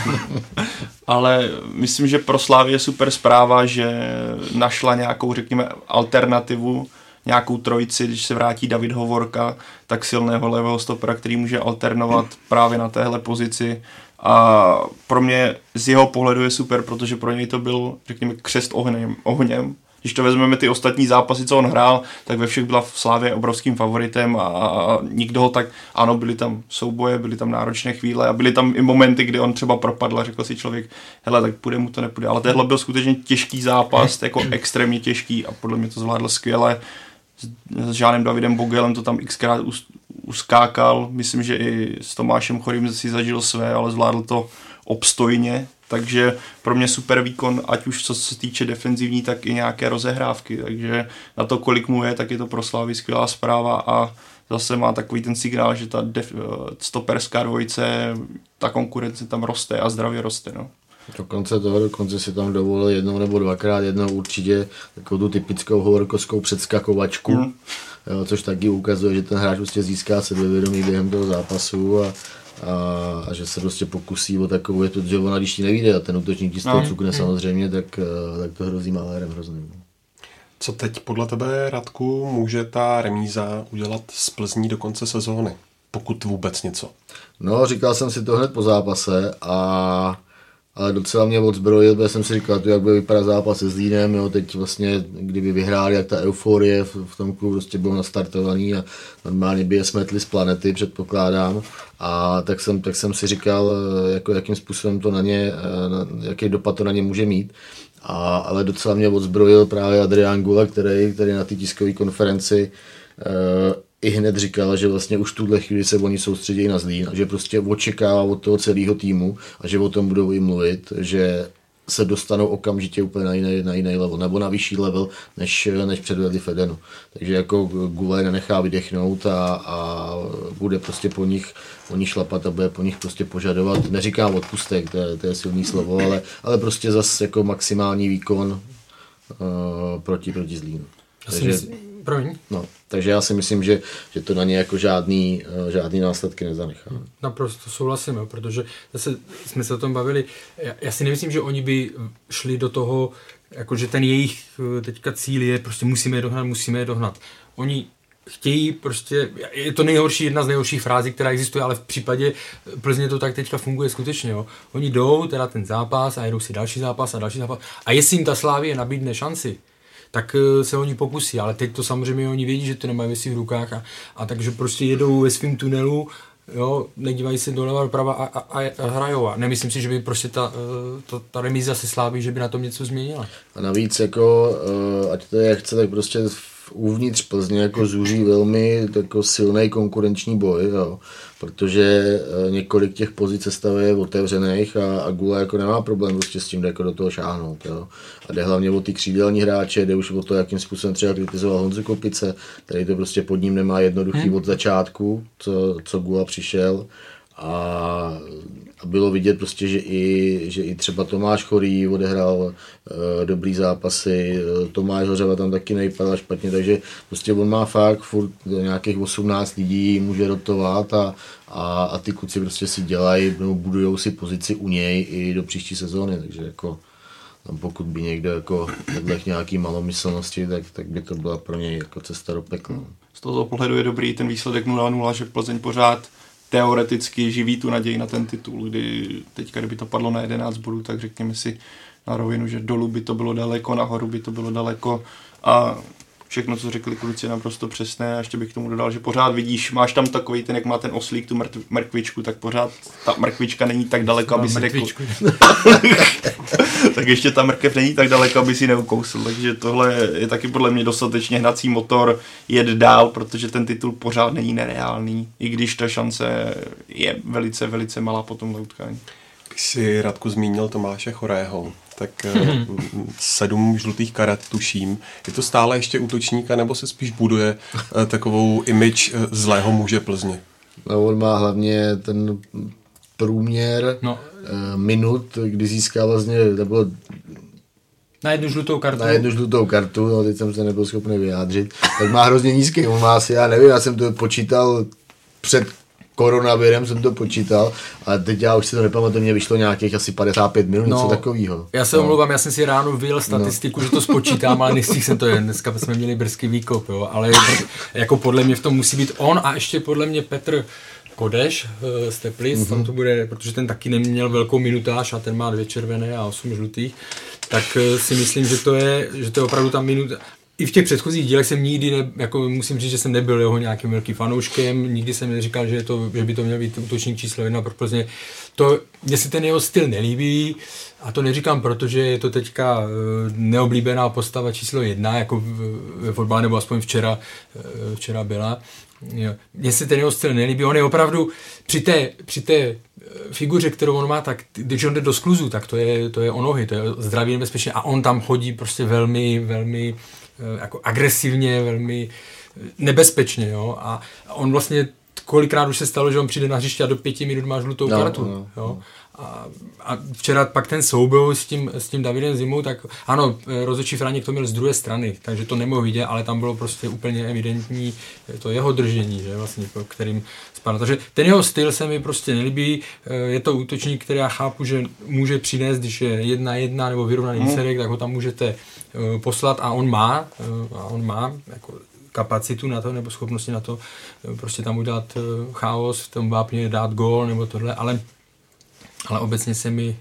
Speaker 5: ale myslím, že pro Slávii je super zpráva, že našla nějakou, řekněme, alternativu, nějakou trojici, když se vrátí David Hovorka, tak silného levého stopera, který může alternovat právě na téhle pozici. A pro mě z jeho pohledu je super, protože pro něj to byl, řekněme, křest ohněm. ohněm. Když to vezmeme ty ostatní zápasy, co on hrál, tak ve všech byla v Slávě obrovským favoritem a, a nikdo ho tak, ano, byly tam souboje, byly tam náročné chvíle a byly tam i momenty, kdy on třeba propadl a řekl si člověk, hele, tak půjde mu to, nepůjde. Ale tohle byl skutečně těžký zápas, jako extrémně těžký a podle mě to zvládl skvěle. S, s Žánem Davidem Bogelem to tam xkrát us, uskákal, myslím, že i s Tomášem Chorým si zažil své, ale zvládl to obstojně. Takže pro mě super výkon, ať už co se týče defenzivní, tak i nějaké rozehrávky. Takže na to, kolik mu je, tak je to pro Slávy skvělá zpráva a zase má takový ten signál, že ta def, stoperská dvojice, ta konkurence tam roste a zdravě roste. No.
Speaker 6: Dokonce toho, dokonce si tam dovolil jednou nebo dvakrát, jednou určitě takovou tu typickou hovorkovskou předskakovačku, hmm. jo, což taky ukazuje, že ten hráč prostě získá sebevědomí během toho zápasu a A, a že se prostě pokusí o takovou, je to, že ona když ti nevíde a ten útočník ti z toho no. cukne samozřejmě, tak, tak to hrozí malérem hrozným.
Speaker 4: Co teď podle tebe, Radku, může ta remíza udělat z Plzní do konce sezóny? Pokud vůbec něco.
Speaker 6: No, říkal jsem si to hned po zápase, a, ale docela mě odzbrojil, protože jsem si říkal, to, jak bude vypadat zápas se Zlínem, jo, teď vlastně, kdyby vyhráli, jak ta euforie v, v tom klubu prostě bylo nastartovaný a normálně by je smetli z planety, předpokládám. A tak jsem, tak jsem si říkal, jako, jakým způsobem to na ně, jaký dopad to na ně může mít. A, ale docela mě odzbrojil právě Adrián Gula, který, který na té tiskové konferenci i hned říkala, že vlastně už v tuhle chvíli se oni soustředí na Zlín a že prostě očekává od toho celého týmu a že o tom budou i mluvit, že se dostanou okamžitě úplně na jiný, na jiný level, nebo na vyšší level, než, než předvedli v Edenu. Takže jako Goulet nenechá vydechnout a, a bude prostě po nich, po nich šlapat a bude po nich prostě požadovat, neříkám odpustek, to je, to je silný slovo, ale, ale prostě zase jako maximální výkon uh, proti, proti Zlínu. Takže, no, takže já si myslím, že, že to na ně jako žádný, žádný následky nezanechá.
Speaker 3: Naprosto souhlasím, jo, protože zase jsme se o tom bavili. Já, já si nemyslím, že oni by šli do toho, jakože ten jejich teďka cíl je, prostě musíme je dohnat, musíme je dohnat. Oni chtějí prostě, je to nejhorší, jedna z nejhorších frází, která existuje, ale v případě Plzně to tak teďka funguje skutečně. Jo. Oni jdou teda ten zápas a jedou si další zápas a další zápas. A jestli jim ta Slavie nabídne šanci, tak se oni pokusí, ale teď to samozřejmě oni vědí, že to nemají ve svých rukách a, a takže prostě jedou ve svém tunelu, jo, nedívají se doleva doprava a, a, a hrajou. A nemyslím si, že by prostě ta, ta, ta remíza se Slaví, že by na tom něco změnila.
Speaker 6: A navíc jako, ať to je jak chce, tak prostě uvnitř Plzně jako zúří velmi jako silný konkurenční boj, jo. Protože několik těch pozic sestavy je otevřených a, a Gula jako nemá problém prostě s tím, jde jako do toho šáhnout. Jo. A jde hlavně o ty křídelní hráče, jde už o to, jakým způsobem třeba kritizoval Honzu Kopice, který to prostě pod ním nemá jednoduchý hmm. od začátku, co, co Gula přišel. A, a bylo vidět prostě, že i, že i třeba Tomáš Chorý odehrál e, dobrý zápasy, e, Tomáš Hořava tam taky nejpadal špatně, takže prostě on má fakt furt nějakých osmnáct lidí, může rotovat a, a, a ty kluci prostě si dělají, no, budujou si pozici u něj i do příští sezóny, takže jako tam pokud by někdo jako podlech nějaký malomyslnosti, tak, tak by to byla pro něj jako cesta do pekla.
Speaker 5: Z toho pohledu je dobrý ten výsledek nula nula, že Plzeň pořád teoreticky živí tu naději na ten titul, kdy teďka, kdyby to padlo na jedenáct bodů, tak řekněme si na rovinu, že dolů by to bylo daleko, nahoru by to bylo daleko a všechno, co řekli kluci, je naprosto přesné a ještě bych k tomu dodal, že pořád vidíš, máš tam takový ten, jak má ten oslík, tu mrtv, mrkvičku, tak pořád ta mrkvička není tak daleko, aby si řekl. Tak ještě ta mrkev není tak daleko, aby si neukousl, takže tohle je taky podle mě dostatečně hnací motor jet dál, protože ten titul pořád není nereálný, i když ta šance je velice, velice malá po tomhle utkání.
Speaker 4: Když si Radku zmínil Tomáše Chorého, tak sedm žlutých karet tuším. Je to stále ještě útočníka, nebo se spíš buduje takovou image zlého muže Plzně?
Speaker 6: No, on má hlavně ten průměr no. minut, kdy získá vlastně, to bylo
Speaker 3: na jednu žlutou kartu.
Speaker 6: Na jednu žlutou kartu, no teď jsem se nebyl schopný vyjádřit, tak má hrozně nízký, on má asi, já nevím, já jsem to počítal před koronavirem, jsem to počítal, ale teď já už si to nepamatuji, mě vyšlo nějakých asi padesát pět minut, no, něco takového.
Speaker 3: Já se no. omlouvám, já jsem si ráno vyjel statistiku, no. že to spočítám, ale nestihl jsem to jen, dneska jsme měli brzký výkop, jo, ale jako podle mě v tom musí být on a ještě podle mě Petr Kodeš z Teplic, mm-hmm. tam to bude, protože ten taky neměl velkou minutáž a ten má dvě červené a osm žlutých, tak si myslím, že to je, že to je opravdu tam minuta. I v těch předchozích dílech jsem nikdy, ne, jako musím říct, že jsem nebyl jeho nějakým velkým fanouškem, nikdy jsem neříkal, že, je to, že by to měl být útočník číslo jedna pro Plzně. To, mně se ten jeho styl nelíbí a to neříkám, protože je to teďka neoblíbená postava číslo jedna, jako ve fotbale, nebo aspoň včera, včera byla. Mně se ten jeho styl nelíbí, on je opravdu při té, při té figuře, kterou on má, tak když on jde do skluzu, tak to je, to je o nohy, to je zdravý nebezpečně a on tam chodí prostě velmi, velmi jako agresivně, velmi nebezpečně, jo, a on vlastně kolikrát už se stalo, že on přijde na hřiště a do pěti minut má žlutou no, kartu, no, jo. No. A, a včera pak ten souboj s tím, s tím Davidem Zimou, tak ano, rozhodčí Franěk to měl z druhé strany, takže to nemohl vidět, ale tam bylo prostě úplně evidentní to jeho držení, že vlastně, kterým spadá. Takže ten jeho styl se mi prostě nelíbí, je to útočník, který já chápu, že může přinést, když je jedna jedna nebo vyrovnaný výsledek, tak ho tam můžete poslat a on má, a on má jako kapacitu na to, nebo schopnosti na to, prostě tam udělat chaos, v tom vápně dát gól nebo tohle, ale ale obecně se mi,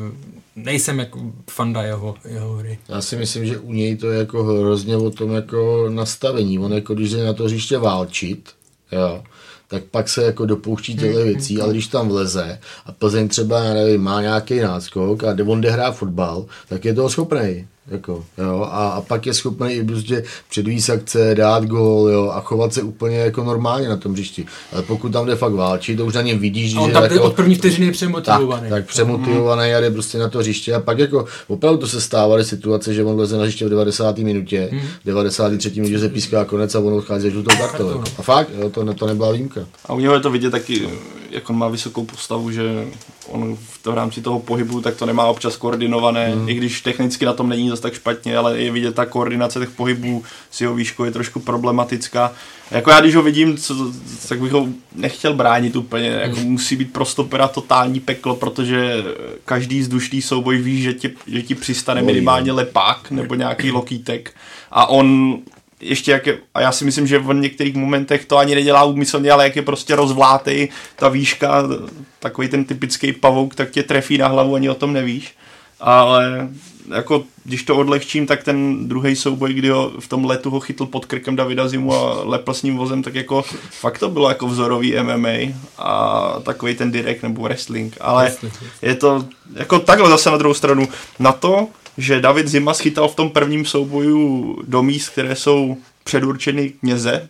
Speaker 3: nejsem jako fanda jeho, jeho hry.
Speaker 6: Já si myslím, že u něj to je jako hrozně o tom jako nastavení. On jako když jde na to hřiště válčit, jo, tak pak se jako dopouští těchto věcí, ale když tam vleze a Plzeň třeba, nevím, má nějaký náskok a on jde hrát fotbal, tak je toho schopnej. Jako, jo, a, a pak je schopný i prostě předvíst akce, dát gól, jo, a chovat se úplně jako normálně na tom hřišti. Ale pokud tam jde fakt válčit, to už na něm vidíš,
Speaker 3: a on
Speaker 6: že
Speaker 3: tam
Speaker 6: jako,
Speaker 3: od první vteřiny je přemotivovaný.
Speaker 6: Tak, tak přemotivovaný a jde prostě na to hřiště a pak jako opravdu to se stávaly situace, že on leze na hřiště v devadesáté minutě, hmm. v devadesáté třetí minutě se píská konec a on odchází za žlutou kartou. A fakt, jo, to, to nebyla výjimka.
Speaker 5: A u něho je to vidět taky, jak on má vysokou postavu, že on v, to, v rámci toho pohybu tak to nemá občas koordinované, hmm. i když technicky na tom není zase tak špatně, ale je vidět ta koordinace těch pohybů s jeho výškou je trošku problematická. Jako já, když ho vidím, co, tak bych ho nechtěl bránit úplně, hmm. jako musí být pro stopera totální peklo, protože každý vzdušný souboj ví, že ti, že ti přistane minimálně lepák nebo nějaký lokítek a on ještě jak je, a já si myslím, že v některých momentech to ani nedělá úmyslně, ale jak je prostě rozvlátej, ta výška, takový ten typický pavouk, tak tě trefí na hlavu, ani o tom nevíš. Ale jako, když to odlehčím, tak ten druhý souboj, kdy ho v tom letu ho chytl pod krkem Davida Zimu a lepl s ním vozem, tak jako fakt to bylo jako vzorový M M A a takový ten direkt nebo wrestling. Ale je to jako takhle zase na druhou stranu. Na to, že David Zima schytal v tom prvním souboju do míst, které jsou předurčeny kněze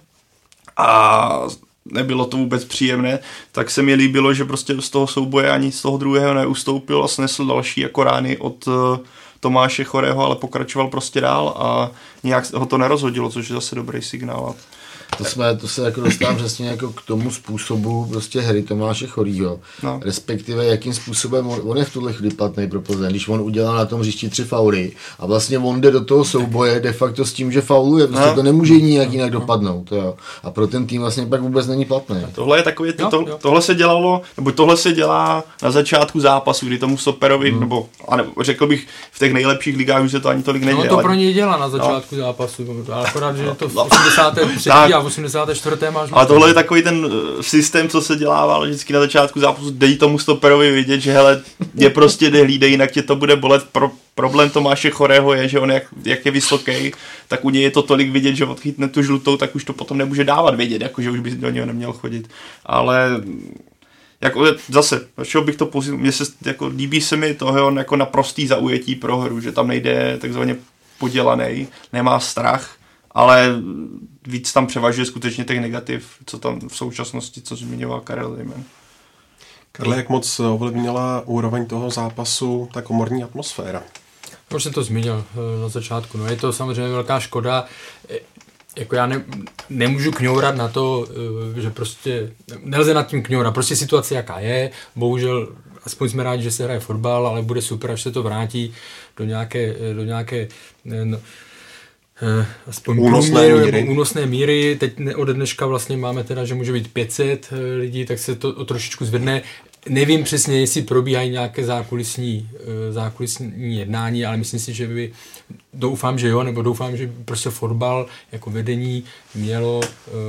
Speaker 5: a nebylo to vůbec příjemné, tak se mi líbilo, že prostě z toho souboje ani z toho druhého neustoupil a snesl další jako rány od Tomáše Chorého, ale pokračoval prostě dál a nějak ho to nerozhodilo, což je zase dobrý signál.
Speaker 6: To, jsme, to se jako dostávám přesně jako k tomu způsobu prostě hry Tomáše Chorýho. No. Respektive jakým způsobem on, on je v tuhle chvíli platný pro Plzeň, když on udělal na tom hřišti tři fauly a vlastně on jde do toho souboje de facto s tím, že fauluje, prostě no. to nemůže nijak jinak no. dopadnout. Jo. A pro ten tým vlastně pak vůbec není platný.
Speaker 5: Tohle je takový, to, to, tohle se dělalo, nebo tohle se dělá na začátku zápasu, kdy tomu stoperovi, hmm. nebo a ne, řekl bych, v těch nejlepších ligách už se to ani tolik nedělá.
Speaker 3: No to pro něj dělá na začátku no. zápasu, ale akorát, že je to v osmdesátém třetím a v osmdesátém čtvrtém máš.
Speaker 5: Ale tohle je takový ten systém, co se dělával vždycky na začátku zápasu, dej tomu stoperovi vidět, že hele, je prostě nehlídej, jinak tě to bude bolet. Pro, problém Tomáše Chorého je, že on jak, jak je vysoký, tak u něj je to tolik vidět, že odchytne tu žlutou, tak už to potom nemůže dávat vědět, jakože už by do něho neměl chodit. Ale jako zase, čeho bych to pozil, mně se jako líbí se mi toho on jako naprostý zaujetí pro hru, že tam nejde takzvaně podělanej, nemá strach, ale víc tam převažuje skutečně těch negativ, co tam v současnosti, co zmiňoval Karel zejména.
Speaker 4: Karle, jak moc ovlivnila úroveň toho zápasu ta komorní atmosféra?
Speaker 3: Už jsem to zmínil na začátku. No, je to samozřejmě velká škoda. Jako já ne, nemůžu kňourat na to, že prostě nelze nad tím kňourat. Prostě situace jaká je. Bohužel, aspoň jsme rádi, že se hraje fotbal, ale bude super, až se to vrátí do nějaké, do nějaké no, aspoň
Speaker 4: únosné míry.
Speaker 3: únosné míry. Teď ode dneška vlastně máme teda, že může být pět set lidí, tak se to trošičku zvedne. Nevím přesně, jestli probíhají nějaké zákulisní, zákulisní jednání, ale myslím si, že by, doufám, že jo, nebo doufám, že prostě fotbal jako vedení mělo uh,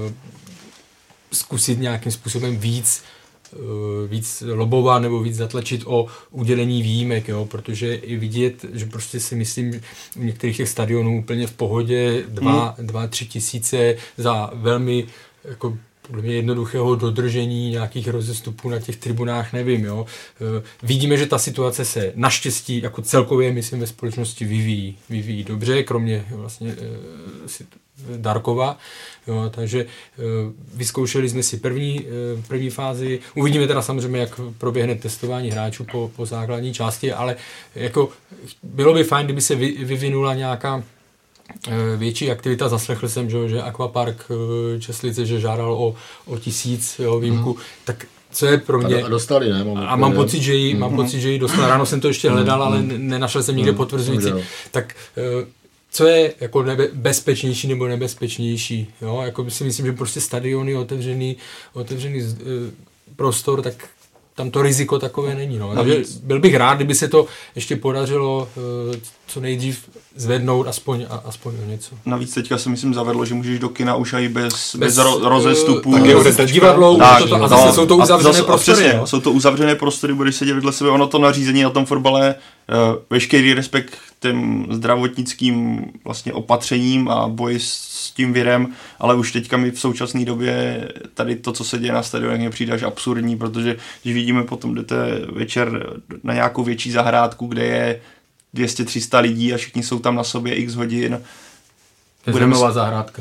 Speaker 3: zkusit nějakým způsobem víc víc lobovat nebo víc zatlačit o udělení výjimek, jo, protože i vidět, že prostě si myslím u některých těch stadionů úplně v pohodě dva, mm. dva tři tisíce za velmi jako podle mě jednoduchého dodržení nějakých rozestupů na těch tribunách, nevím, jo. Vidíme, že ta situace se naštěstí jako celkově, myslím, ve společnosti vyvíjí, vyvíjí dobře, kromě vlastně Darkova, jo, takže vyzkoušeli jsme si první, první fázi, uvidíme teda samozřejmě, jak proběhne testování hráčů po, po základní části, ale jako bylo by fajn, kdyby se vy, vyvinula nějaká větší aktivita. Zaslechl jsem, že, že Aquapark Česlice, že žádal o, o tisíc jo, výjimku, mm. tak co je pro mě...
Speaker 6: A dostali, ne? Mám
Speaker 3: a mám pocit, že ji, mm. mám pocit, že ji dostal. Ráno jsem to ještě hledal, ale nenašel jsem nikde potvrzující. Tak co je jako nebe, bezpečnější nebo nebezpečnější? Jo? Jako si myslím, že prostě stadiony, otevřený, otevřený uh, prostor, tak tam to riziko takové není. No. Takže byl bych rád, kdyby se to ještě podařilo uh, co nejdřív zvednout aspoň, a, aspoň o něco.
Speaker 5: Navíc teďka si myslím zavedlo, že můžeš do kina už i bez, bez, bez ro, rozestupu.
Speaker 3: Tak je divadlo, tak, to, a zase no, jsou to uzavřené zase, prostory. Přesně,
Speaker 5: no. Jsou to uzavřené prostory, budeš sedět vedle sebe. Ono to nařízení na tom fotbale, uh, veškerý respekt těm zdravotnickým vlastně opatřením a boji s tím virem, ale už teďka mi v současné době tady to, co se děje na stadionech, mě přijde až absurdní, protože když vidíme potom, jdete večer na nějakou větší zahrádku, kde je dvě stě tři sta lidí a všichni jsou tam na sobě x hodin.
Speaker 3: To je budeme zajímavá zahrádka.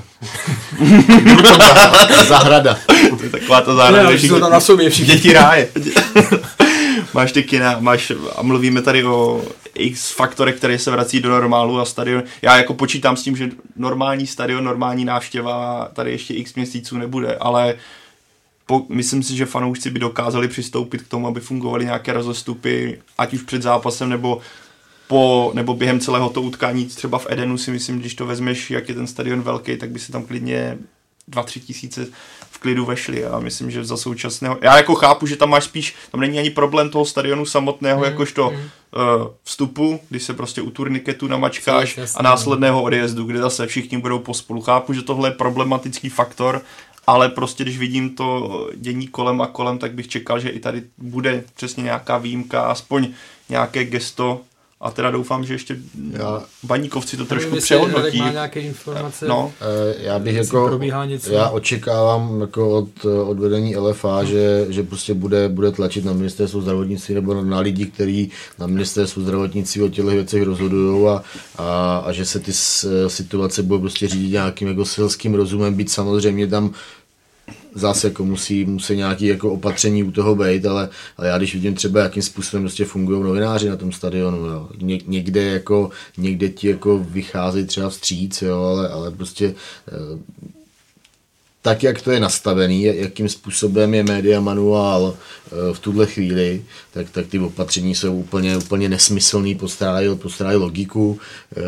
Speaker 6: Zahrada.
Speaker 5: To je taková ta zahrada,
Speaker 3: ne, všichni, na sobě všichni.
Speaker 5: Děti ráje. Máš ty kina, máš, a mluvíme tady o X faktorech, které se vrací do normálu a stadion. Já jako počítám s tím, že normální stadion, normální návštěva tady ještě X měsíců nebude, ale po, myslím si, že fanoušci by dokázali přistoupit k tomu, aby fungovaly nějaké rozestupy, ať už před zápasem nebo po, nebo během celého toho utkání. Třeba v Edenu si myslím, když to vezmeš, jak je ten stadion velký, tak by se tam klidně dva tři tisíce v klidu vešli. A myslím, že za současného... Já jako chápu, že tam máš spíš... Tam není ani problém toho stadionu samotného, mm, jakožto mm. Uh, vstupu, když se prostě u turniketu namačkáš a následného odjezdu, kde zase všichni budou pospolu. Chápu, že tohle je problematický faktor, ale prostě když vidím to dění kolem a kolem, tak bych čekal, že i tady bude přesně nějaká výjimka, aspoň nějaké gesto. A teda doufám, že ještě já, baníkovci to trošku přehodnotí.
Speaker 3: Má nějaké informace?
Speaker 5: No.
Speaker 6: Já bych jako, já očekávám jako od, od vedení L F A, že, že prostě bude, bude tlačit na ministerstvo zdravotnictví nebo na lidi, kteří na ministerstvu zdravotnictví o těchto věcech rozhodují a, a, a že se ty situace budou prostě řídit nějakým jako selským rozumem, být samozřejmě tam zase jako musí, musí nějaké jako opatření u toho být, ale, ale já když vidím třeba, jakým způsobem prostě fungují novináři na tom stadionu, jo. Ně, někde, jako, někde ti jako vycházejí třeba vstříc, jo, ale, ale prostě tak, jak to je nastavený, jakým způsobem je media manuál v tuhle chvíli, tak, tak ty opatření jsou úplně, úplně nesmyslný, postrádají, postrádají logiku.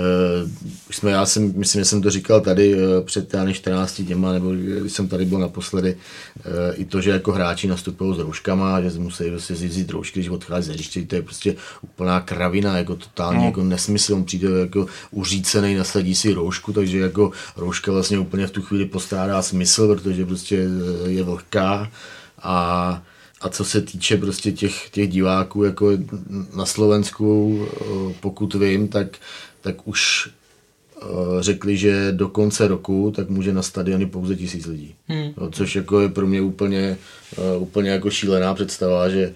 Speaker 6: Už jsme, já jsem, myslím, že jsem to říkal tady před čtrnácti těma, nebo když jsem tady byl naposledy, i to, že jako hráči nastupují s rouškama, že musí prostě vzít roušky, když odchází ze hřiště, to je prostě úplná kravina, jako totálně no. jako nesmysl, on přijde jako uřícenej, nasadí si roušku, takže jako rouška vlastně úplně v tu chvíli postrádá smysl, protože prostě je vlhká a, a co se týče prostě těch, těch diváků jako na Slovensku, pokud vím, tak, tak už řekli, že do konce roku tak může na stadiony pouze tisíc lidí. Hmm. Což jako je pro mě úplně, úplně jako šílená představa, že,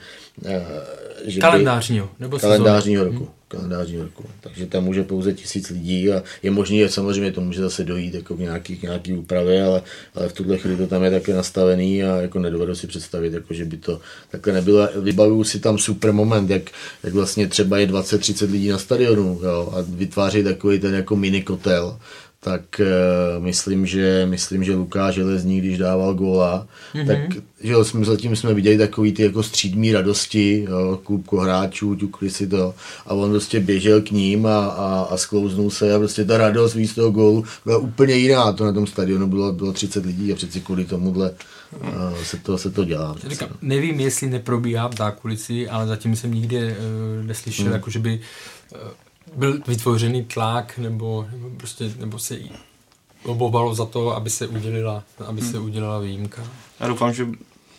Speaker 6: že
Speaker 3: kalendářního, nebo
Speaker 6: kalendářního roku. Hmm. kalendářního roku. Takže tam může pouze tisíc lidí a je možné, že samozřejmě to může zase dojít jako k nějaký, k nějaký úpravě, ale, ale v tuhle chvíli to tam je takhle nastavený a jako nedovedu si představit, jako, že by to takhle nebylo. Vybavuju si tam super moment, jak, jak vlastně třeba je dvacet třicet lidí na stadionu, jo, a vytváří takový ten jako mini kotel. Tak uh, myslím, že, myslím, že Lukáš Železník, když dával góla, mm-hmm. tak že jsme, zatím jsme viděli takový ty jako střídmý radosti, jo, klubko hráčů, ťukli si to a on prostě běžel k ním a, a, a sklouznul se a prostě ta radost víc toho gólu byla úplně jiná. To na tom stadionu bylo, bylo třicet lidí a přeci kvůli tomuhle uh, se, to, se to dělá.
Speaker 3: Říkám, nevím, jestli neprobíhá v zákulisí, ale zatím jsem nikdy uh, neslyšel, mm. jako že by uh, byl vytvořený tlak, nebo, nebo prostě, nebo se lobovalo za to, aby se udělila, aby hmm. se udělala výjimka.
Speaker 5: Já doufám, že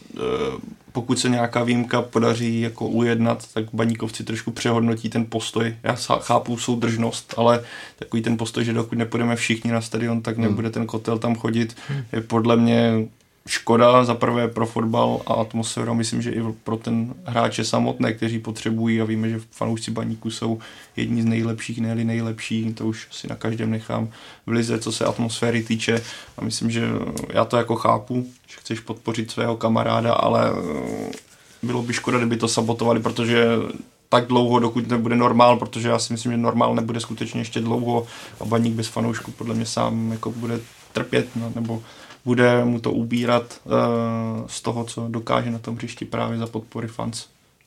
Speaker 5: pokud se nějaká výjimka podaří jako ujednat, tak baníkovci trošku přehodnotí ten postoj. Já chápu soudržnost, ale takový ten postoj, že dokud nepůjdeme všichni na stadion, tak nebude ten kotel tam chodit, je podle mě škoda za prvé pro fotbal a atmosféru, myslím, že i pro ten hráče samotné, kteří potřebují a víme, že fanoušci Baníku jsou jedni z nejlepších, ne-li nejlepší, to už si na každém nechám v lize, co se atmosféry týče a myslím, že já to jako chápu, že chceš podpořit svého kamaráda, ale bylo by škoda, kdyby to sabotovali, protože tak dlouho, dokud nebude normál, protože já si myslím, že normál nebude skutečně ještě dlouho a Baník bez fanoušků podle mě sám jako bude trpět, no, nebo bude mu to ubírat uh, z toho, co dokáže na tom hřišti právě za podpory fans.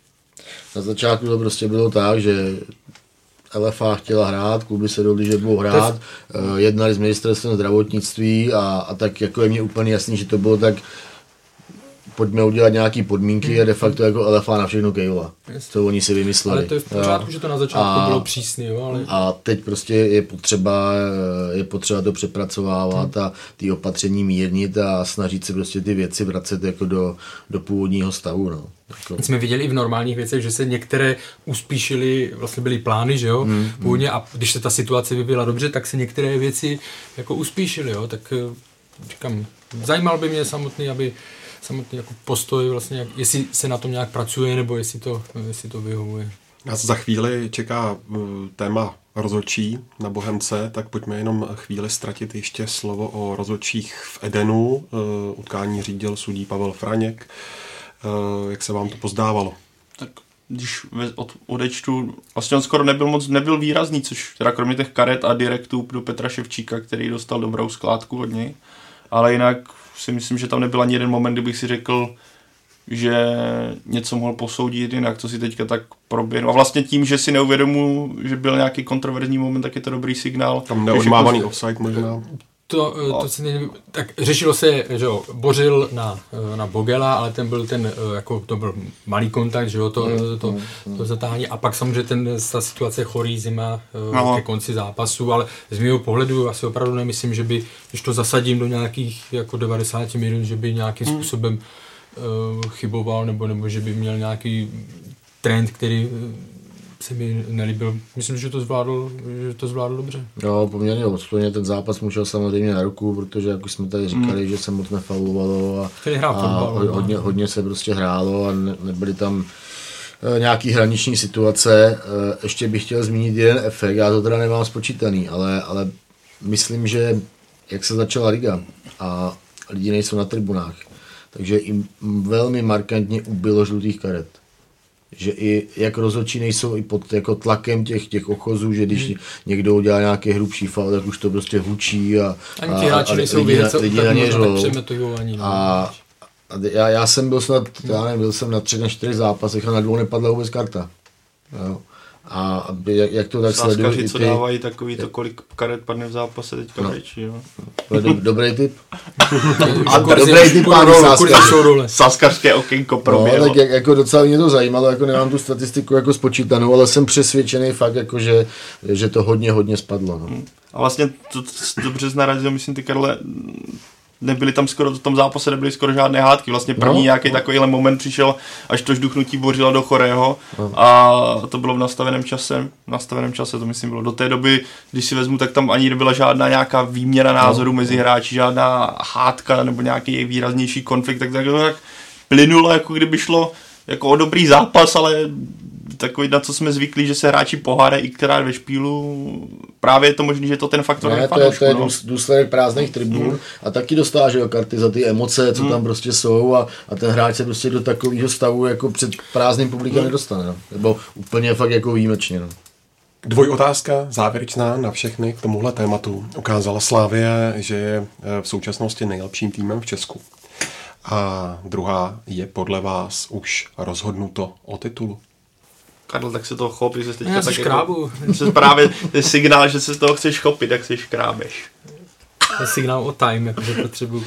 Speaker 6: Na začátku to prostě bylo tak, že L F A chtěla hrát, kluby se dohodli, že budou hrát, uh, jednali s ministerstvem zdravotnictví a, a tak jako je mně úplně jasný, že to bylo tak, pojďme udělat nějaký podmínky hmm. a de facto jako L F A na všechno kejla. Co oni si vymysleli.
Speaker 3: Ale to je v pořádku, že to na začátku a, bylo přísný, jo, ale...
Speaker 6: A teď prostě je potřeba, je potřeba to přepracovávat hmm. a ty opatření mírnit a snažit se prostě ty věci vracet jako do, do původního stavu, no. Jako.
Speaker 3: Jsme viděli i v normálních věcech, že se některé uspíšily, vlastně byly plány, že jo, hmm. původně a když se ta situace vyvíjela dobře, tak se některé věci jako uspíšily, jo, tak říkám, zajímal by mě samotný, aby samotný jako postoj vlastně, jak, jestli se na tom nějak pracuje, nebo jestli to, jestli to vyhovuje.
Speaker 4: Nás za chvíli čeká téma rozhodčí na Bohemce, tak pojďme jenom chvíli ztratit ještě slovo o rozhodčích v Edenu. Utkání řídil sudí Pavel Franěk. Jak se vám to pozdávalo?
Speaker 5: Tak když od, odečtu, vlastně on skoro nebyl moc, nebyl výrazný, což teda kromě těch karet a direktů do Petra Ševčíka, který dostal dobrou skládku od něj, ale jinak si myslím, že tam nebyl ani jeden moment, kdybych si řekl, že něco mohl posoudit jinak, co si teďka tak proběhnu. A vlastně tím, že si neuvědomu, že byl nějaký kontroverzní moment, tak je to dobrý signál.
Speaker 4: Tam neodmávaný offside možná.
Speaker 3: To, to si nevím, tak řešilo se, že jo, Bořil na, na Bogela, ale ten byl ten, jako to byl malý kontakt, že jo, to, to, to, to zatáhání a pak samozřejmě ten, ta situace chorý zima no. ke konci zápasu, ale z mého pohledu asi opravdu nemyslím, že by, když to zasadím do nějakých jako devadesát minut, že by nějakým hmm. způsobem uh, chyboval, nebo, nebo že by měl nějaký trend, který se mi nelíbil. Myslím, že to zvládl, že to zvládl dobře.
Speaker 6: No, poměrně obstojně ten zápas mu šel samozřejmě na ruku, protože jak už jsme tady říkali, mm. že se moc nefaulovalo a, a hodně, hodně se prostě hrálo a ne, nebyly tam e, nějaký hraniční situace. E, ještě bych chtěl zmínit jeden efekt, já to teda nemám spočítaný, ale, ale myslím, že jak se začala liga a lidi nejsou na tribunách, takže jim velmi markantně ubylo žlutých karet. Že i jak rozhodčí nejsou i pod jako tlakem těch, těch ochozů, že když hmm. někdo udělá nějaký hrubší faul, tak už to prostě hučí a,
Speaker 3: ani ti hráči nejsou vyhece, lidi na ně žlou.
Speaker 6: A, a já, já jsem byl snad, já nevím, byl jsem na tři, na čtyři zápasech a na dvou nepadla vůbec karta. Jo. A jak, jak to tak sledují
Speaker 5: i ty... co dávají takový to, kolik karet padne v zápase teďka no. řeči, jo.
Speaker 6: Do, dobrý tip.
Speaker 5: A
Speaker 6: dobrý tip, pán
Speaker 5: Saskařské okénko proběhlo.
Speaker 6: No, tak jak, jako docela mě to zajímalo, jako nemám tu statistiku jako spočítanou, ale jsem přesvědčený fakt, jako, že, že to hodně, hodně spadlo. No.
Speaker 5: A vlastně to, to dobře znarazil, myslím, ty Karle, nebyly tam skoro, v tom zápase nebyly skoro žádné hádky. Vlastně první no, nějaký no. takovýhle moment přišel, až to žduchnutí Bořila do Chorého no. a to bylo v nastaveném čase. V nastaveném čase to myslím bylo. Do té doby, když si vezmu, tak tam ani nebyla žádná nějaká výměna názorů no. mezi hráči, žádná hádka nebo nějaký výraznější konflikt, tak, tak to tak plynulo, jako kdyby šlo jako o dobrý zápas, ale takový, na co jsme zvyklí, že se hráči pohádají i krát ve špílu. Právě je to možný, že to ten faktor
Speaker 6: ne, to je, to je no. důsledek prázdných tribun mm. a taky dostáváš karty za ty emoce, co mm. tam prostě jsou a, a ten hráč se prostě do takového stavu jako před prázdným publikem mm. nedostane. No. Nebo úplně fakt jako výjimečně. No.
Speaker 4: Dvojotázka závěrečná na všechny k tomuhle tématu. Ukázala Slavie, že je v současnosti nejlepším týmem v Česku. A druhá, je podle vás už rozhodnuto o titulu?
Speaker 5: Karl, tak se toho chopí, že se teďka tak jako... Se právě je signál, že se z toho chceš chopit, tak si škrábeš.
Speaker 3: Je signál o time, jakože potřebuji.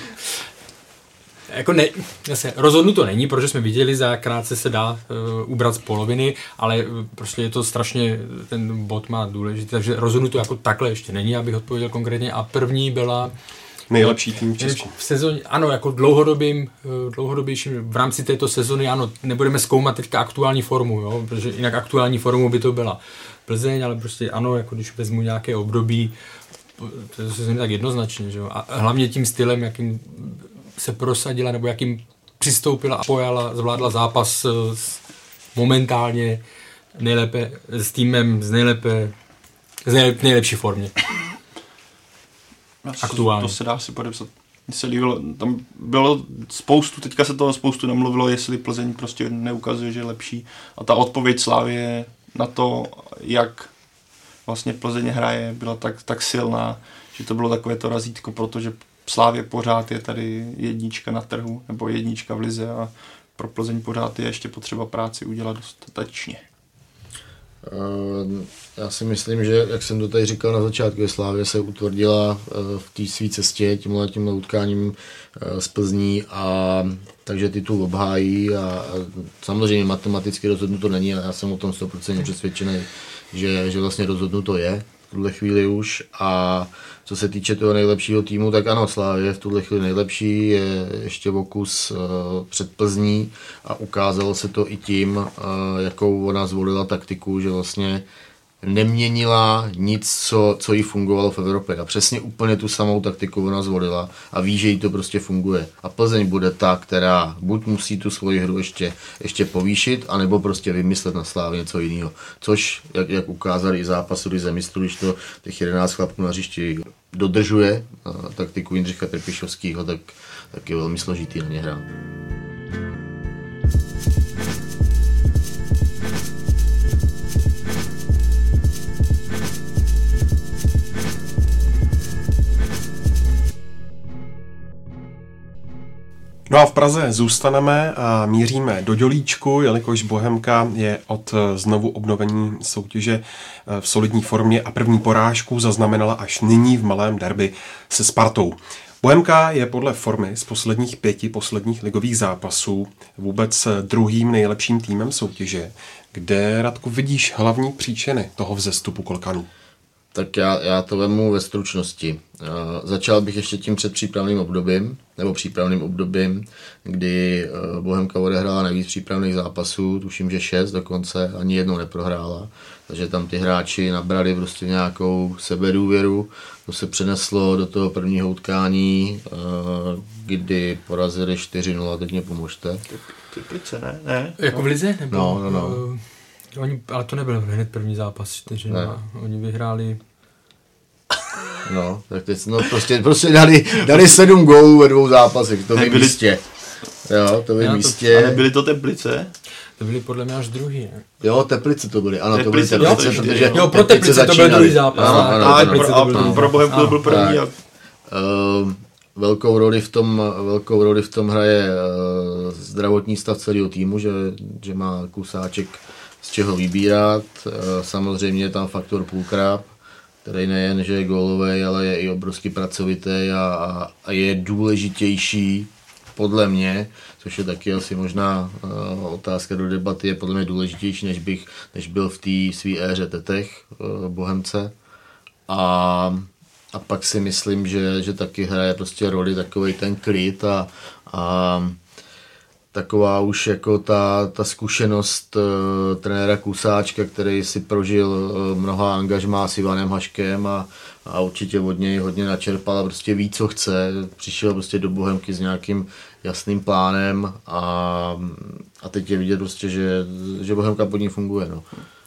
Speaker 3: Jako ne, zase, rozhodnuto není, protože jsme viděli, za jak krátce se dá uh, ubrat z poloviny, ale uh, prostě je to strašně, ten bod má důležitý, takže rozhodnuto jako takhle ještě není, abych odpověděl konkrétně. A první byla
Speaker 4: nejlepší tým v Česku.
Speaker 3: V sezóně, ano, jako dlouhodobým, dlouhodobějším, v rámci této sezony, ano, nebudeme zkoumat teďka aktuální formu, jo, protože jinak aktuální formu by to byla Plzeň, ale prostě ano, jako když vezmu nějaké období, to se tak jednoznačně, že jo, a hlavně tím stylem, jakým se prosadila, nebo jakým přistoupila a pojala, zvládla zápas s, momentálně nejlépe, s týmem z nejlépe, z nejlep, nejlepší formě. Aktuálně.
Speaker 5: To se dá si podepsat. Mně se líbilo, tam bylo spoustu, teďka se toho spoustu nemluvilo, jestli Plzeň prostě neukazuje, že je lepší. A ta odpověď Slavie na to, jak vlastně Plzeň hraje, byla tak, tak silná, že to bylo takové to razítko, protože Slavie pořád je tady jednička na trhu, nebo jednička v lize a pro Plzeň pořád je ještě potřeba práci udělat dostatečně.
Speaker 6: Já si myslím, že, jak jsem to tady říkal na začátku, že Slavie se utvrdila v té své cestě tímhle, tímhle utkáním z Plzní, a takže titul obhájí a samozřejmě matematicky rozhodnuto není, ale já jsem o tom sto procent přesvědčený, že, že vlastně rozhodnuto je v tuhle chvíli už. A co se týče toho nejlepšího týmu, tak ano, Slavie je v tuhle chvíli nejlepší, je ještě o kus uh, před Plzní a ukázalo se to i tím, uh, jakou ona zvolila taktiku, že vlastně neměnila nic, co, co jí fungovalo v Evropě. A přesně úplně tu samou taktiku ona zvolila a ví, že jí to prostě funguje. A Plzeň bude ta, která buď musí tu svoji hru ještě, ještě povýšit, anebo prostě vymyslet na Slávě něco jiného. Což, jak, jak ukázali i zápasu, když zemistrů, když to těch jedenáct chlapů na hřišti dodržuje taktiku Jindřicha Trpišovského, tak, tak je velmi složitý na ně hrát.
Speaker 4: No a v Praze zůstaneme a míříme do Dělíčku, jelikož Bohemka je od znovu obnovení soutěže v solidní formě a první porážku zaznamenala až nyní v malém derby se Spartou. Bohemka je podle formy z posledních pěti posledních ligových zápasů vůbec druhým nejlepším týmem soutěže. Kde, Radku, vidíš hlavní příčiny toho vzestupu Kolkanů?
Speaker 6: Tak já, já to vemu ve stručnosti. Uh, začal bych ještě tím předpřípravným obdobím, nebo přípravným obdobím, kdy uh, Bohemka odehrála nejvíc přípravných zápasů, tuším, že šest dokonce, ani jednou neprohrála. Takže tam ty hráči nabrali prostě nějakou sebedůvěru. To se přeneslo do toho prvního utkání, uh, kdy porazili čtyři nula, teď mě pomožte.
Speaker 5: Teplice, ne? ne?
Speaker 3: Jako v lize? Nebo,
Speaker 6: No, no, no.
Speaker 3: Uh, oni, ale to nebyl hned první zápas, čtyři nula. Oni vyhráli...
Speaker 6: No, tak teď, no prostě, prostě dali, dali sedm gólů ve dvou zápasech, to vím místě. Jo, to vím místě.
Speaker 5: A nebyly to Teplice?
Speaker 3: To byly podle mě až druhý, ne?
Speaker 6: Jo, Teplice to byly, ano,
Speaker 5: Teplice,
Speaker 6: to byly Teplice,
Speaker 5: jo,
Speaker 6: protože
Speaker 3: jo, pro Teplice, Teplice to byl druhý zápas.
Speaker 6: Ano, ano,
Speaker 5: a,
Speaker 6: ano,
Speaker 5: pro, a pro, pro Bohemku to byl první. A...
Speaker 6: Uh, velkou roli v tom, velkou roli v tom hraje uh, zdravotní stav celého týmu, že, že má Kusáček z čeho vybírat. Uh, samozřejmě je tam faktor Půlkrab, který nejen, že je gólový, ale je i obrovsky pracovitý a, a, a je důležitější podle mě, což je taky asi možná uh, otázka do debaty, je podle mě důležitější, než, bych, než byl v té své éře Tetech uh, Bohemce. A, a pak si myslím, že, že taky hraje prostě roli takovej ten klid a, a taková už jako ta, ta zkušenost uh, trenéra Kusáčka, který si prožil uh, mnoha angažmá s Ivanem Haškem a, a určitě od něj hodně načerpal a prostě ví, co chce. Přišel prostě do Bohemky s nějakým jasným plánem a, a teď je vidět prostě, že, že Bohemka pod ní funguje. No.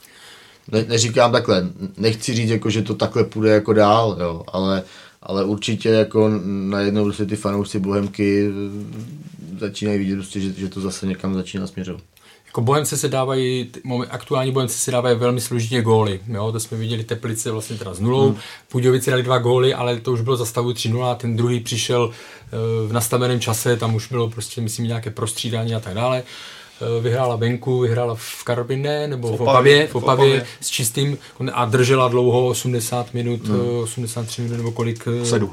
Speaker 6: Ne, neříkám takhle, nechci říct, jako, že to takhle půjde jako dál, jo, ale, ale určitě jako najednou prostě ty fanoušci Bohemky začínají vidět, prostě, že, že to zase někam začíná směřovat.
Speaker 3: Jako Bohemce se dávají, aktuální Bohemce se dávají velmi složitě góly, jo, to jsme viděli Teplice vlastně teda s nulou, hmm. Budějovice dali dva góly, ale to už bylo za stavu tři nula, ten druhý přišel v nastaveném čase, tam už bylo prostě, myslím, nějaké prostřídání a tak dále. Vyhrála venku, vyhrála v Karviné nebo v Opavě, v Opavě s čistým a držela dlouho osmdesát minut, hmm. osmdesát tři minut nebo kolik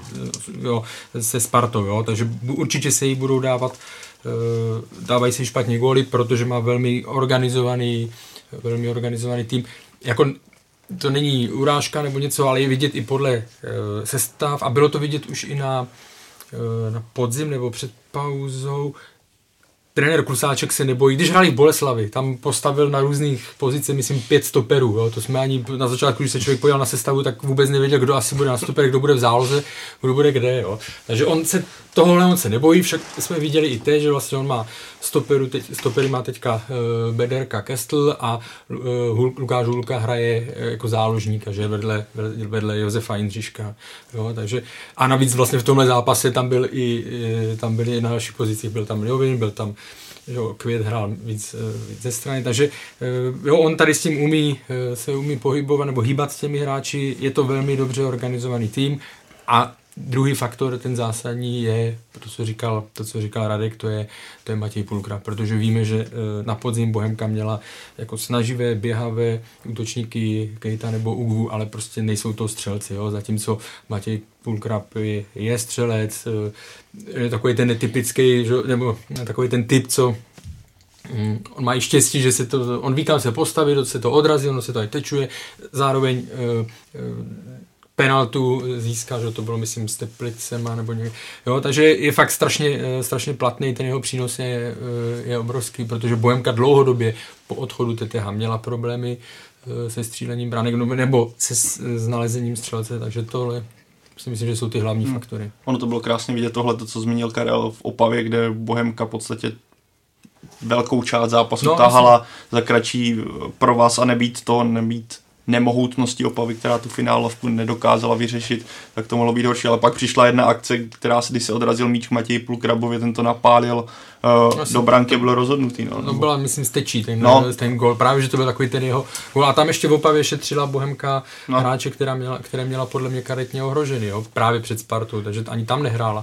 Speaker 3: jo, se Spartou, jo, takže určitě se jí budou dávat, dávají si špatně góly, protože má velmi organizovaný, velmi organizovaný tým. Jako to není urážka nebo něco, ale je vidět i podle sestav a bylo to vidět už i na, na podzim nebo před pauzou. Trenér Kusáček se nebojí, když hráli v Boleslavi, tam postavil na různých pozicích, myslím, pět stoperů, jo. To jsme ani na začátku, když se člověk podíval na sestavu, tak vůbec nevěděl, kdo asi bude na stoper, kdo bude v záloze, kdo bude kde, jo. Takže on se, tohohle on se nebojí, však jsme viděli i teď, že vlastně on má stoperu, teď, stopery má teďka uh, Bederka Kestl a uh, Lukáš Hulka hraje uh, jako záložníka, že vedle, vedle Josefa Jindřiška, jo, takže a navíc vlastně v tomhle zápase tam byl i, tam byli na dalších pozicích, byl tam Jovin, byl tam jo, Květ hrál víc, víc ze strany, takže jo, on tady s tím umí, se umí pohybovat nebo hýbat s těmi hráči, je to velmi dobře organizovaný tým a druhý faktor, ten zásadní je, to, co říkal, to, co říkal Radek, to je, to je Matěj Půlkrab, protože víme, že na podzim Bohemka měla jako snaživé, běhavé útočníky Kejta nebo Ugvu, ale prostě nejsou to střelci, jo? Zatímco Matěj Půlkrab je, je střelec, je takový ten netypický, nebo takový ten typ, co on má i štěstí, že se to, on ví, kam se postavit, se to odrazí, ono se to aj tečuje, zároveň penaltu získal, že to bylo, myslím, s Teplicema, nebo někde. Jo, takže je fakt strašně, strašně platný, ten jeho přínos je, je obrovský, protože Bohemka dlouhodobě po odchodu Teteha měla problémy se střílením branek nebo se s nalezením střelce, takže tohle si myslím, že jsou ty hlavní hmm. faktory.
Speaker 5: Ono to bylo krásně vidět tohle, to, co zmínil Karel v Opavě, kde Bohemka v podstatě velkou část zápasu no, tahala asi za kratší provaz a nebýt to, nebýt nemohutnosti Opavy, která tu finálovku nedokázala vyřešit, tak to mohlo být horší, ale pak přišla jedna akce, která se, když se odrazil míč k Matěji Plukrabově, ten to napálil, uh, do branky bylo rozhodnutý. No,
Speaker 3: no byla, myslím, stečí ten, no. ten gól, právě, že to byl takový ten jeho gól. A tam ještě v Opavě šetřila Bohemka no. hráče, která měla, které měla podle mě karetně ohrožený, jo, právě před Spartou, takže ani tam nehrála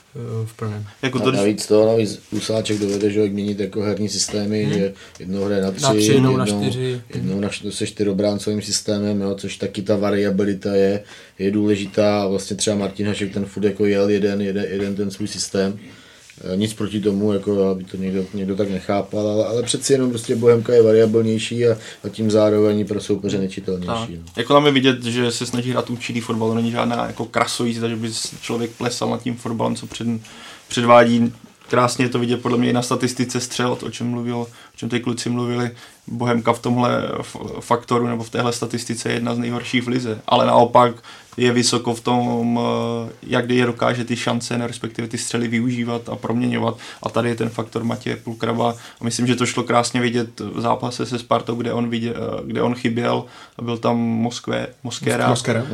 Speaker 3: v plném.
Speaker 6: Jako to, navíc to, navíc Usáček dovede, že měnit jako herní systémy, hmm. že jednou hraje na tři,
Speaker 3: na tři jednou, jednou na čtyři.
Speaker 6: Jednou na čtyři, se čtyrobráncovým systémem, jo, což taky ta variabilita je, je důležitá a vlastně třeba Martin Hašek ten furt jako jel jeden, jeden, jeden ten svůj systém. Nic proti tomu, jako aby to někdo, někdo tak nechápal, ale, ale přeci jenom prostě Bohemka je variabilnější a, a tím zároveň pro soupeře nečitelnější. No.
Speaker 5: Jako tam je vidět, že se snaží hrát účinný fotbal, není žádná jako krasojící, že by člověk plesal nad tím fotbalem, co před, předvádí. Krásně je to vidět podle mě i na statistice střel, o čem mluvil, o čem ty kluci mluvili. Bohemka v tomhle faktoru nebo v téhle statistice je jedna z nejhorších v lize, ale naopak je vysoko v tom, jak kdy je dokáže ty šance, respektive ty střely využívat a proměňovat. A tady je ten faktor Matěje Plukraba. A myslím, že to šlo krásně vidět v zápase se Spartou, kde on, viděl, kde on chyběl. Byl tam Moskvé, Mosquera.
Speaker 4: Mosquera.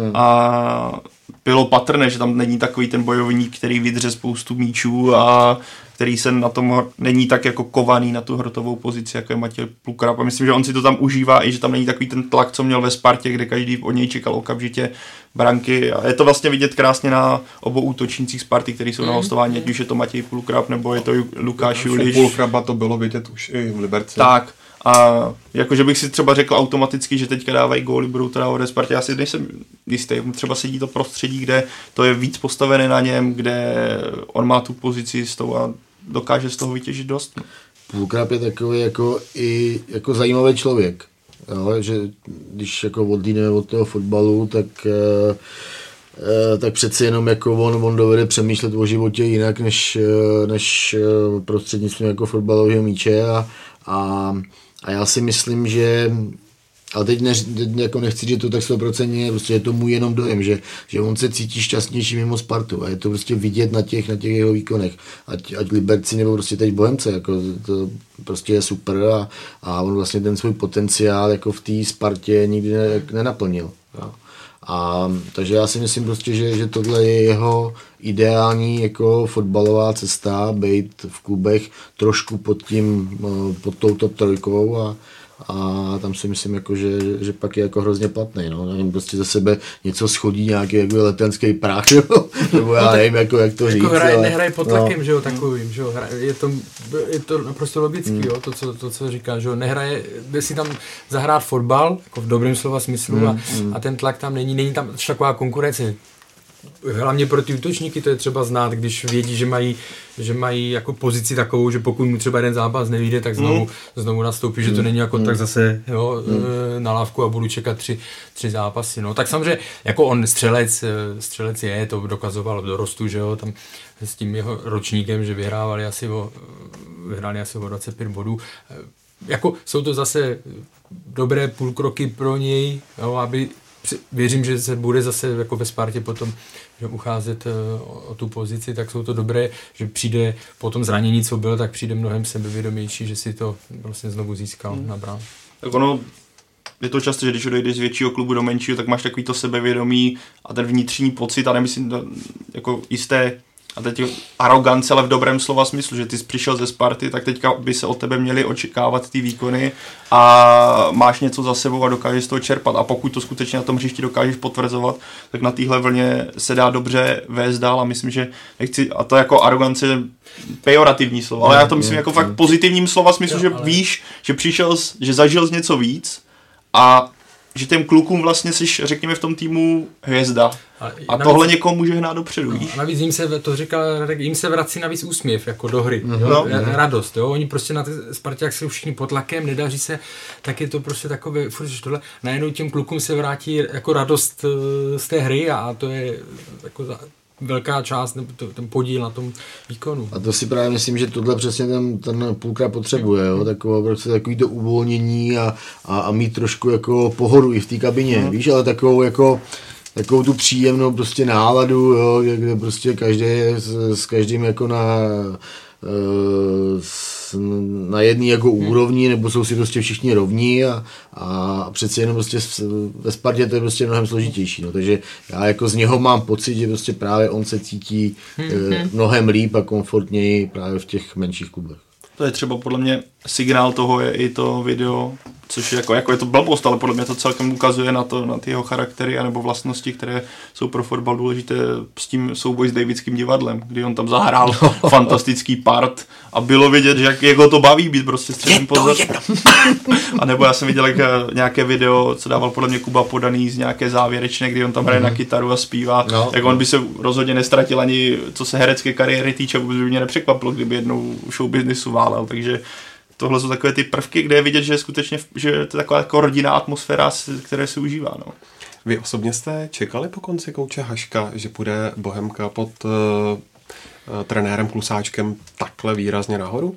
Speaker 5: A bylo patrné, že tam není takový ten bojovník, který vydře spoustu míčů a který se na tom není tak jako kovaný na tu hrotovou pozici, jako je Matěj Plukrab. A myslím, že on si to tam užívá i že tam není takový ten tlak, co měl ve Spartě, kde každý od něj čekal okamžitě branky. A je to vlastně vidět krásně na obou útočnících Sparty, který jsou mm. na hostování, ať už je to Matěj Plukrab nebo je to Lukáš Juliš.
Speaker 4: Plukraba to bylo vidět už i v Liberci.
Speaker 5: Tak. A jakože bych si třeba řekl automaticky, že teďka dávají góly, budou to dávat ve Spartě, já si nejsem jistý, třeba sedí to prostředí, kde to je víc postavené na něm, kde on má tu pozici s tou a dokáže z toho vytěžit dost.
Speaker 6: Plukrab je takový jako i jako zajímavý člověk, jo, že když jako odlídneme od toho fotbalu, tak e, e, tak přeci jenom jako on, on dovede přemýšlet o životě jinak, než, než prostřednictvím jako fotbalového míče a, a A já si myslím, že, ale teď, ne, teď jako nechci, že to tak sto procent je, prostě je to můj jenom dojem, že, že on se cítí šťastnější mimo Spartu a je to prostě vidět na těch, na těch jeho výkonech, ať, ať Liberci nebo prostě teď Bohemce, jako to prostě je super a, a on vlastně ten svůj potenciál jako v té Spartě nikdy ne, nenaplnil. Jo. A takže já si myslím prostě, že, že tohle je jeho ideální jako fotbalová cesta, být v klubech trošku pod tím, pod touto trojkou a, a tam si myslím, jako, že, že pak je jako hrozně platný. No. Nevím, prostě za sebe něco schodí, nějaký jako letenský prach, nebo, nebo já nevím, jako, jak to říct.
Speaker 3: Jako hraj,
Speaker 6: ale,
Speaker 3: nehraje pod tlakem, no. Že jo, takovým, že jo, je to, je to naprosto logický, hmm. jo, to, co, to, co říká, že jo, nehraje, jde si tam zahrát fotbal, jako v dobrém slova smyslu hmm. a, a ten tlak tam není, není tam taková konkurence. Hlavně pro ty útočníky to je třeba znát, když vědí, že mají, že mají jako pozici takovou, že pokud mu třeba jeden zápas nevyjde, tak znovu, mm. znovu nastoupí, mm. že to není jako mm. tak zase jo, mm. na lávku a budu čekat tři, tři zápasy. No. Tak samozřejmě jako on střelec, střelec je, to dokazoval v dorostu, že jo, tam s tím jeho ročníkem, že vyhrávali asi o, vyhráli asi o dvacet pět bodů. Jako jsou to zase dobré půlkroky pro něj, jo, aby věřím, že se bude zase jako ve Spartě potom že ucházet o, o tu pozici, tak jsou to dobré, že přijde po tom zranění, co bylo, tak přijde mnohem sebevědomější, že si to vlastně znovu získal, hmm. nabral.
Speaker 5: Tak ono, je to často, že když odejdeš z většího klubu do menšího, tak máš takový to sebevědomí a ten vnitřní pocit, a nemyslím to jako jisté a teď arogance, ale v dobrém slova smyslu, že ty jsi přišel ze Sparty, tak teďka by se od tebe měli očekávat ty výkony a máš něco za sebou a dokážeš z toho čerpat. A pokud to skutečně na tom hřišti dokážeš potvrzovat, tak na téhle vlně se dá dobře vést dál a myslím, že nechci, a to jako arogance pejorativní slovo, ale já to myslím jako fakt pozitivním slova smyslu, že víš, že přišel, že zažil z něco víc a že těm klukům vlastně jsi, řekněme, v tom týmu hvězda. A, a navíc, tohle někomu může hnát dopředu,
Speaker 3: no,
Speaker 5: víš?
Speaker 3: A navíc jim se, to říkal, jim se vrací navíc úsměv, jako do hry,
Speaker 5: mm-hmm.
Speaker 3: jo?
Speaker 5: No.
Speaker 3: Radost, jo? Oni prostě na Spartě, jak jsou všichni pod tlakem, nedaří se, tak je to prostě takové, furt, že tohle, najednou těm klukům se vrátí jako radost z té hry a to je jako velká část, nebo to, ten podíl na tom výkonu.
Speaker 6: A to si právě myslím, že tohle přesně ten, ten půlka potřebuje, jo? Takový, prostě takový to uvolnění a, a, a mít trošku jako pohodu i v té kabině, mm. víš, ale takovou jako takovou tu příjemnou prostě náladu, jo? Kde prostě každý je s, s každým jako na na jedné jako úrovni, nebo jsou si prostě všichni rovní a, a přeci jenom prostě ve Spartě to je prostě mnohem složitější, no, takže já jako z něho mám pocit, že prostě právě on se cítí mm-hmm. mnohem líp a komfortněji právě v těch menších klubech.
Speaker 5: To je třeba podle mě signál toho je i to video, což je jako, jako je to blbost, ale podle mě to celkem ukazuje na to, na ty jeho charaktery anebo vlastnosti, které jsou pro fotbal důležité, s tím souboj s Davidským divadlem, kdy on tam zahrál no. fantastický part a bylo vidět, že jak, jak ho to baví být prostě středním pozad. A nebo já jsem viděl jak, nějaké video, co dával podle mě Kuba Podaný z nějaké závěrečné, kdy on tam hraje mm-hmm. na kytaru a zpívá, no. jak on by se rozhodně nestratil ani co se herecké kariéry týče, by mě nepřekvapilo, kdyby jednou show businessu válel, takže tohle jsou takové ty prvky, kde je vidět, že je skutečně že je to taková jako rodinná atmosféra, které se užívá. No.
Speaker 4: Vy osobně jste čekali po konci kouče Haška, že půjde Bohemka pod uh, uh, trenérem Klusáčkem takhle výrazně nahoru?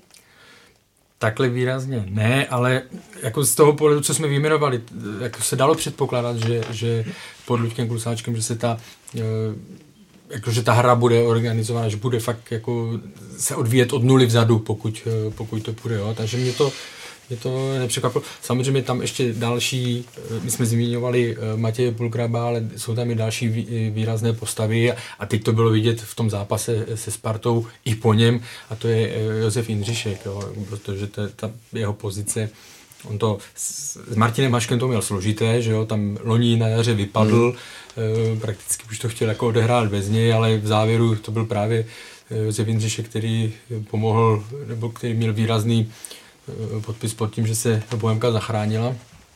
Speaker 3: Takhle výrazně ne, ale jako z toho pohledu, co jsme vyjmenovali, jako se dalo předpokládat, že, že pod Luďkem Klusáčkem, že se ta uh, jakože ta hra bude organizovaná, že bude fakt jako se odvíjet od nuly vzadu, pokud, pokud to půjde, jo. Takže mě to, mě to nepřekvapilo. Samozřejmě tam ještě další, my jsme zmiňovali Matěje Pulkraba, ale jsou tam i další výrazné postavy a teď to bylo vidět v tom zápase se Spartou i po něm a to je Josef Jindřišek, jo, protože to je ta jeho pozice. On to s Martinem Haškem to měl složité, že jo, tam loni na jaře vypadl, mm. e, prakticky už to chtěl jako odehrát bez něj, ale v závěru to byl právě Josef Jindřišek, který pomohl, nebo který měl výrazný e, podpis pod tím, že se Bohemka zachránila.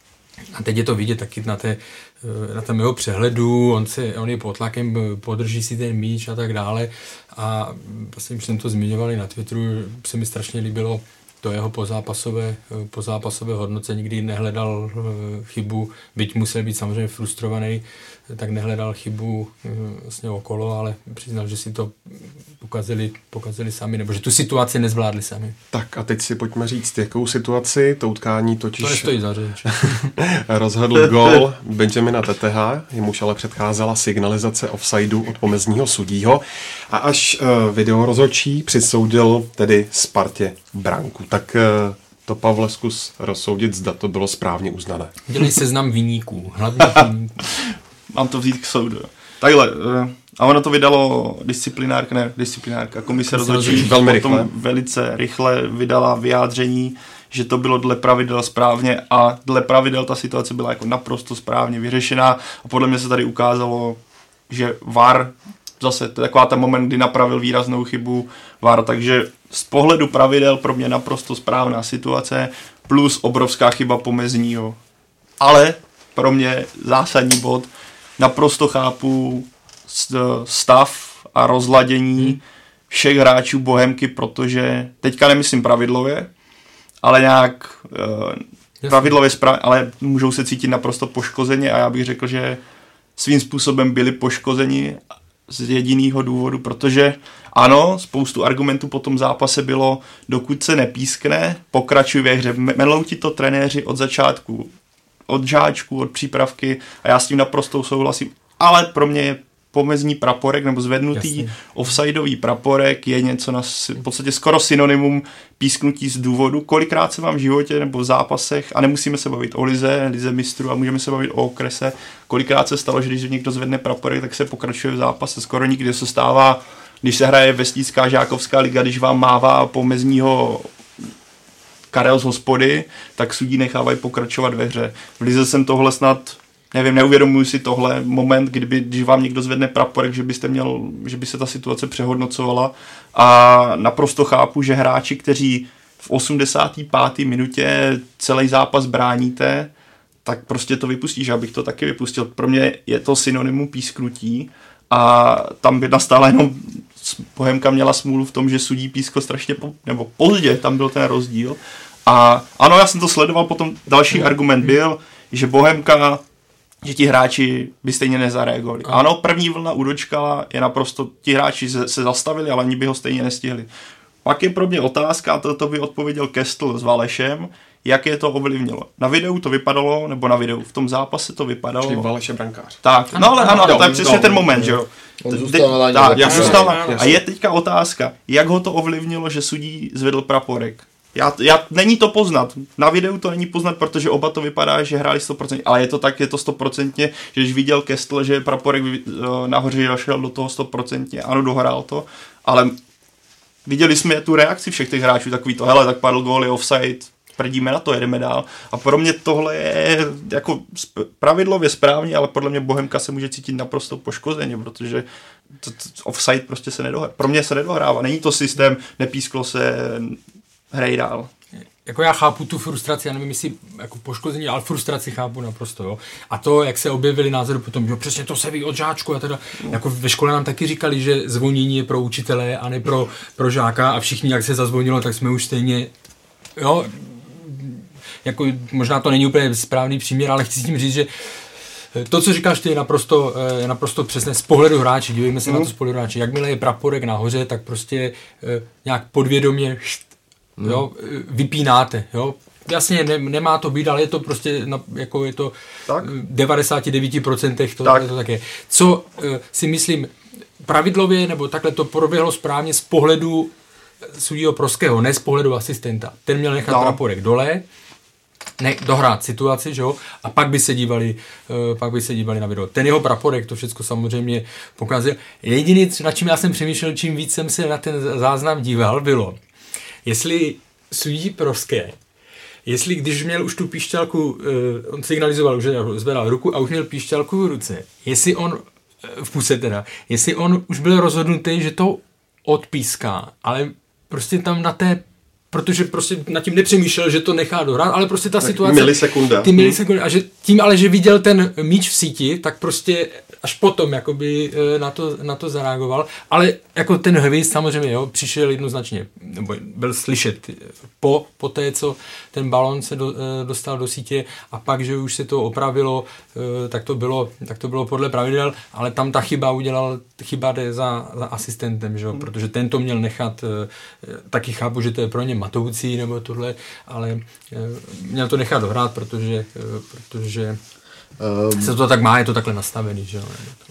Speaker 3: A teď je to vidět taky na, té, na tom jeho přehledu, on, se, on je pod tlakem, podrží si ten míč a tak dále. A vlastně, když jsem to zmiňovali na Twitteru, se mi strašně líbilo to jeho pozápasové, pozápasové hodnocení, nikdy nehledal chybu, byť musel být samozřejmě frustrovaný, tak nehledal chybu vlastně okolo, ale přiznal, že si to pokazili, pokazili sami, nebo že tu situaci nezvládli sami.
Speaker 4: Tak a teď si pojďme říct, jakou situaci, to utkání totiž...
Speaker 3: To nestojí za řeč.
Speaker 4: rozhodl gól Benjamina Teteha, jemuž ale předcházela signalizace offsideu od pomezního sudího a až uh, video rozhodčí přisoudil tedy Spartě branku. Tak uh, to Pavle zkus rozsoudit, zda to bylo správně uznané.
Speaker 3: Dělej seznam viníků, hlavně viníků.
Speaker 5: Mám to vzít k soudu. Takhle, a ono to vydalo disciplinárka, ne, disciplinárka, komise rozhodčí
Speaker 4: velmi rychle.
Speaker 5: Velice rychle vydala vyjádření, že to bylo dle pravidel správně a dle pravidel ta situace byla jako naprosto správně vyřešená a podle mě se tady ukázalo, že V A R, zase to je taková ten moment, kdy napravil výraznou chybu V A R, takže z pohledu pravidel pro mě naprosto správná situace plus obrovská chyba pomezního. Ale pro mě zásadní bod, naprosto chápu stav a rozladění všech hráčů Bohemky, protože teďka nemyslím pravidlově, ale nějak uh, pravidlově správně, ale můžou se cítit naprosto poškozeně a já bych řekl, že svým způsobem byli poškozeni z jediného důvodu, protože ano, spoustu argumentů po tom zápase bylo, dokud se nepískne, pokračuj ve hře. Melou ti to trenéři od začátku, od žáčků, od přípravky a já s tím naprosto souhlasím, ale pro mě je pomezní praporek nebo zvednutý Jasně. offsideový praporek je něco na v podstatě skoro synonymum písknutí z důvodu, kolikrát se vám v životě nebo v zápasech, a nemusíme se bavit o lize, lize mistrů a můžeme se bavit o okrese, kolikrát se stalo, že když někdo zvedne praporek, tak se pokračuje v zápase, skoro nikdy se stává, když se hraje vesnická žákovská liga, když vám mává pomezního Karel z hospody, tak sudí nechávají pokračovat ve hře. V lize jsem tohle snad, nevím, neuvědomuji si tohle moment, kdyby, když vám někdo zvedne praporek, že byste měl, že by se ta situace přehodnocovala a naprosto chápu, že hráči, kteří v osmdesáté páté minutě celý zápas bráníte, tak prostě to vypustíš, já bych to taky vypustil. Pro mě je to synonymum písknutí a tam by nastala jenom Bohemka měla smůlu v tom, že sudí písko strašně po, nebo pozdě, tam byl ten rozdíl. A ano, já jsem to sledoval, potom další argument byl, že Bohemka že ti hráči by stejně nezareagovali.
Speaker 3: A.
Speaker 5: Ano, první vlna udočkala, je naprosto, ti hráči se, se zastavili, ale oni by ho stejně nestihli. Pak je pro mě otázka, a to, to by odpověděl Kestl s Valešem, jak je to ovlivnilo. Na videu to vypadalo, nebo na videu, v tom zápase to vypadalo.
Speaker 4: Čili Valeš je brankář.
Speaker 5: Tak, no ale ano,
Speaker 4: ano,
Speaker 5: to je přesně
Speaker 4: ano,
Speaker 5: ten moment, že jo.
Speaker 6: On zůstal na láně.
Speaker 5: Tak,
Speaker 4: jasně,
Speaker 5: zůstal na,
Speaker 4: jasně.
Speaker 5: a je teďka otázka, jak ho to ovlivnilo, že sudí zvedl praporek. Já, já, není to poznat. Na videu to není poznat, protože oba to vypadá, že hráli sto procent. Ale je to tak, je to sto procent, že když viděl Kestl, že praporek nahoře došel do toho sto procent, ano, dohrál to, ale viděli jsme tu reakci všech těch hráčů, takový to, hele, tak padl gól, je offside, prdíme na to, jedeme dál. A pro mě tohle je jako pravidlově správně, ale podle mě Bohemka se může cítit naprosto poškozeně, protože to, to, offside prostě se nedohrává. Pro mě se nedohrává. Není to systém, nepísklo se, hrej dál.
Speaker 3: Jako já chápu tu frustraci, já nevím, jestli jako poškození, ale frustraci chápu naprosto, jo. A to, jak se objevily názory potom, jo, přesně to se ví od žáčku a teda, jako ve škole nám taky říkali, že zvonění je pro učitele a ne pro, pro žáka a všichni, jak se zazvonilo, tak jsme už stejně, jo, jako možná to není úplně správný příměr, ale chci s tím říct, že to, co říkáš ty, je naprosto, je naprosto přesné z pohledu hráče, dívejme se mm. na to z pohledu hráče. Jakmile je praporek nahoře, tak prostě nějak podvědomě jo, vypínáte, jo. Jasně, ne, nemá to být, ale je to prostě, jako je to tak. devadesát devět procent to, tak. to tak je. Co si myslím, pravidlově, nebo takhle to proběhlo správně z pohledu sudího Proského, ne z pohledu asistenta. Ten měl nechat no. praporek dole, ne, dohrát situaci, že jo, a pak by se dívali, uh, pak by se dívali na video. Ten jeho praporek to všechno samozřejmě pokazil. Jediný, na čím já jsem přemýšlel, čím víc jsem se na ten záznam díval, bylo, jestli sudí Proské, jestli když měl už tu píšťalku, uh, on signalizoval, že zvedal ruku a už měl píšťalku v ruce, jestli on, uh, v puse teda, jestli on už byl rozhodnutý, že to odpíská, ale prostě tam na té, protože prostě nad tím nepřemýšlel, že to nechá dohrát, ale prostě ta tak situace...
Speaker 4: Milisekunda.
Speaker 3: Ty milisekundy. A že tím ale, že viděl ten míč v síti, tak prostě až potom jakoby na to, na to zareagoval. Ale jako ten hvězd samozřejmě, jo, přišel jednoznačně, nebo byl slyšet po, po té, co ten balón se do, dostal do sítě a pak, že už se to opravilo, tak to bylo, tak to bylo podle pravidel, ale tam ta chyba udělal, chyba jde za, za asistentem, že jo, hmm. protože ten to měl nechat, taky chápu, že to je pro ně matoucí nebo tohle, ale měl to nechat dohrát, protože, protože um, se to tak má, je to takhle nastavený, že jo.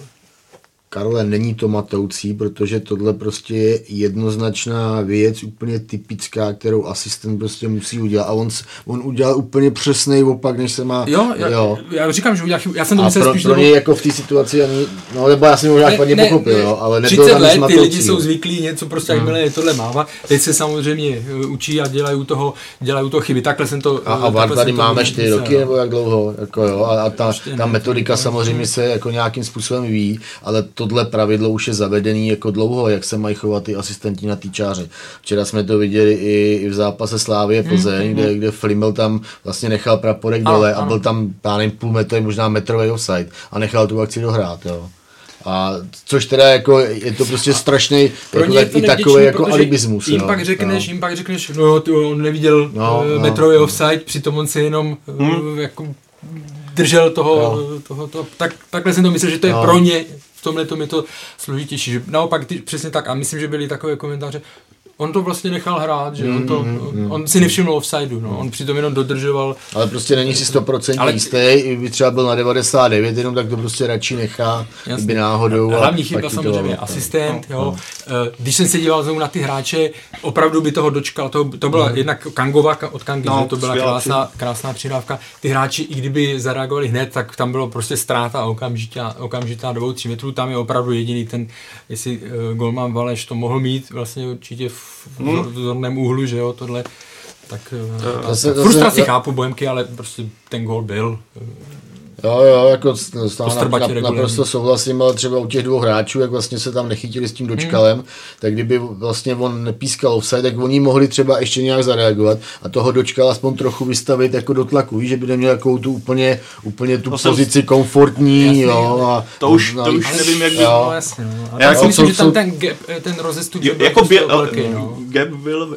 Speaker 6: Karle, není to matoucí, protože tohle prostě je jednoznačná věc, úplně typická, kterou asistent prostě musí udělat. A on, on udělal úplně přesnej opak, než se má...
Speaker 3: Jo, já, jo. já říkám, že udělal chybu. Já jsem to myslel
Speaker 6: pro,
Speaker 3: spíš...
Speaker 6: pro něj jako v té situaci ani... No, nebo já jsem možná špatně pochopil,
Speaker 3: ne,
Speaker 6: jo, ale
Speaker 3: nebyl tam let, ty lidi jsou zvyklí něco prostě, jak milé je tohle máva. Teď se samozřejmě učí a dělají toho, dělají toho chyby. Takhle jsem to...
Speaker 6: A, a VAR tady máme čtyři roky, nebo jak dlouho, jako jo. A, a ta, ta metodika samozřejmě se jako nějakým způsobem ví, ale tohle pravidlo už je zavedený jako dlouho, jak se mají chovat ty asistenti na týčáře. Včera jsme to viděli i, i v zápase Slávie Plzeň, mm, kde, kde Flimel tam vlastně nechal praporek dole a byl tam, já nevím, půl metru, možná metrový offside a nechal tu akci dohrát, jo. A což teda jako je to prostě strašný jako tak, i takový jako alibismus.
Speaker 3: Jim pak řekneš, no. jim pak řekneš, no ty on neviděl no, uh, metrový no. offside, přitom on si jenom hmm. uh, jako držel toho, no. toho, toho tak, takhle jsem to myslel, že to je no. pro ně, v tomhle tom je to složitější, že naopak ty, přesně tak a myslím, že byly takové komentáře, on to vlastně nechal hrát, že mm, on, to, mm, on si nevšiml offsideu, no, on přitom jenom dodržoval. Ale prostě není si sto procent ale... jistý, kdyby třeba byl na devadesát devět, jenom tak to prostě radši nechá, kdyby náhodou. A hlavní chyba samozřejmě to, asistent, no, jo. No. Když jsem se díval znovu na ty hráče, opravdu by toho dočkal, to, to byla mm. jednak Kangova od Kangy, no, to byla krásná, krásná přidávka. Ty hráči, i kdyby zareagovali hned, tak tam bylo prostě ztráta okamžitá, okamžitá dvou, tři metrů, tam je opravdu jediný ten, jestli uh, golman Valeš to mohl mít, vlastně určitě v v zorném úhlu, že jo, tohle, tak uh, zase, frustraci zase, chápu Bohemky, ale prostě ten gól byl.
Speaker 6: Jo, jo, jako na, na, naprosto souhlasím, ale třeba u těch dvou hráčů, jak vlastně se tam nechytili s tím dočkalem, hmm. tak kdyby vlastně on nepískal offside, tak oni mohli třeba ještě nějak zareagovat a toho dočkal aspoň trochu vystavit jako do tlaku, víš, že by neměl takovou tu úplně, úplně tu to pozici jsem... komfortní, jasný, jo. A,
Speaker 5: to už, to už nevím, jak by...
Speaker 3: No, jasně, no. A já si myslím, že tam ten gap, ten rozestup byl
Speaker 5: jako
Speaker 3: prostě velký,
Speaker 5: no. Gap byl,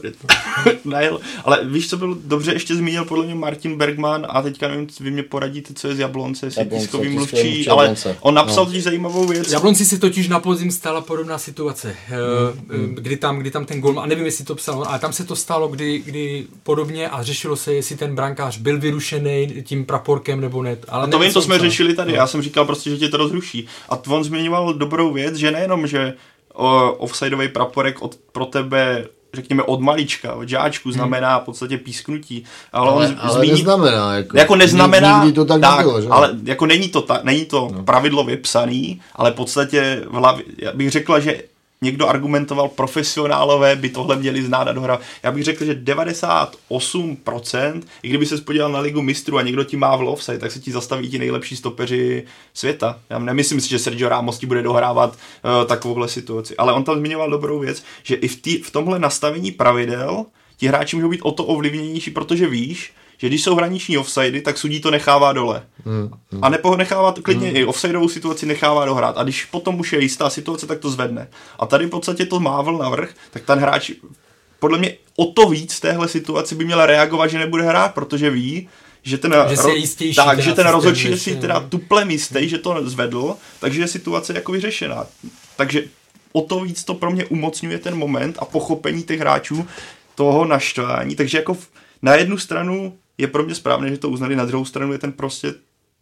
Speaker 5: ale víš, co byl dobře ještě zmínil podle mě Martin Bergman a teďka nevím, vy mě poradíte, co je s Jablon Jablonce, jestli
Speaker 6: Jablonce,
Speaker 5: tiskový
Speaker 6: tiskový
Speaker 5: mluvčí,
Speaker 6: mluvčí
Speaker 5: ale
Speaker 6: Jablonce.
Speaker 5: on napsal
Speaker 6: No.
Speaker 5: totiž zajímavou věc.
Speaker 3: Jablonci si totiž na podzim stala podobná situace,
Speaker 6: Hmm.
Speaker 3: kdy tam, kdy tam ten gól, a nevím, jestli to psal on, ale tam se to stalo, kdy, kdy podobně a řešilo se, jestli ten brankář byl vyrušený tím praporkem nebo ne. Ale
Speaker 5: A to vím, to jsme
Speaker 3: psal.
Speaker 5: řešili tady,
Speaker 3: No.
Speaker 5: já jsem říkal prostě, že tě to rozruší. A on zmiňoval dobrou věc, že nejenom, že o, offsideový praporek od, pro tebe, řekněme od malička, od žáčku znamená v podstatě písknutí. Ale,
Speaker 6: Ale,
Speaker 5: on
Speaker 6: ale
Speaker 5: zmíní,
Speaker 6: neznamená. Jako,
Speaker 5: jako neznamená,
Speaker 6: nikdy to tak,
Speaker 5: tak
Speaker 6: nebylo, že?
Speaker 5: ale jako není to, ta, není to no. pravidlově psaný, ale v podstatě v hlavě, já bych řekla, že někdo argumentoval, profesionálové by tohle měli znát a dohrát. Já bych řekl, že devadesát osm procent, i kdyby se podíval na ligu mistrů a někdo ti má v offside, tak se ti zastaví ti nejlepší stopeři světa. Já nemyslím si, že Sergio Ramos ti bude dohrávat uh, takovouhle situaci. Ale on tam zmiňoval dobrou věc, že i v, tý, v tomhle nastavení pravidel ti hráči můžou být o to ovlivněnější, protože víš, že když jsou hraniční offsidy, tak sudí to nechává dole. Hmm, hmm. A nepo nechává to klidně hmm. i offsideovou situaci nechává dohrát. A když potom už je jistá situace, tak to zvedne. A tady v podstatě to mávl navrch, tak ten hráč podle mě o to víc v téhle situaci by měl reagovat, že nebude hrát, protože ví, že ten,
Speaker 3: že
Speaker 5: ro-
Speaker 3: jistější,
Speaker 5: tak, že ten rozhodčí je
Speaker 3: než,
Speaker 5: si teda tuple mistej, že to zvedl, takže je situace jako vyřešená. Takže o to víc to pro mě umocňuje ten moment a pochopení těch hráčů toho naštvání. Takže jako v, na jednu stranu je pro mě správné, že to uznali, na druhou stranu je ten prostě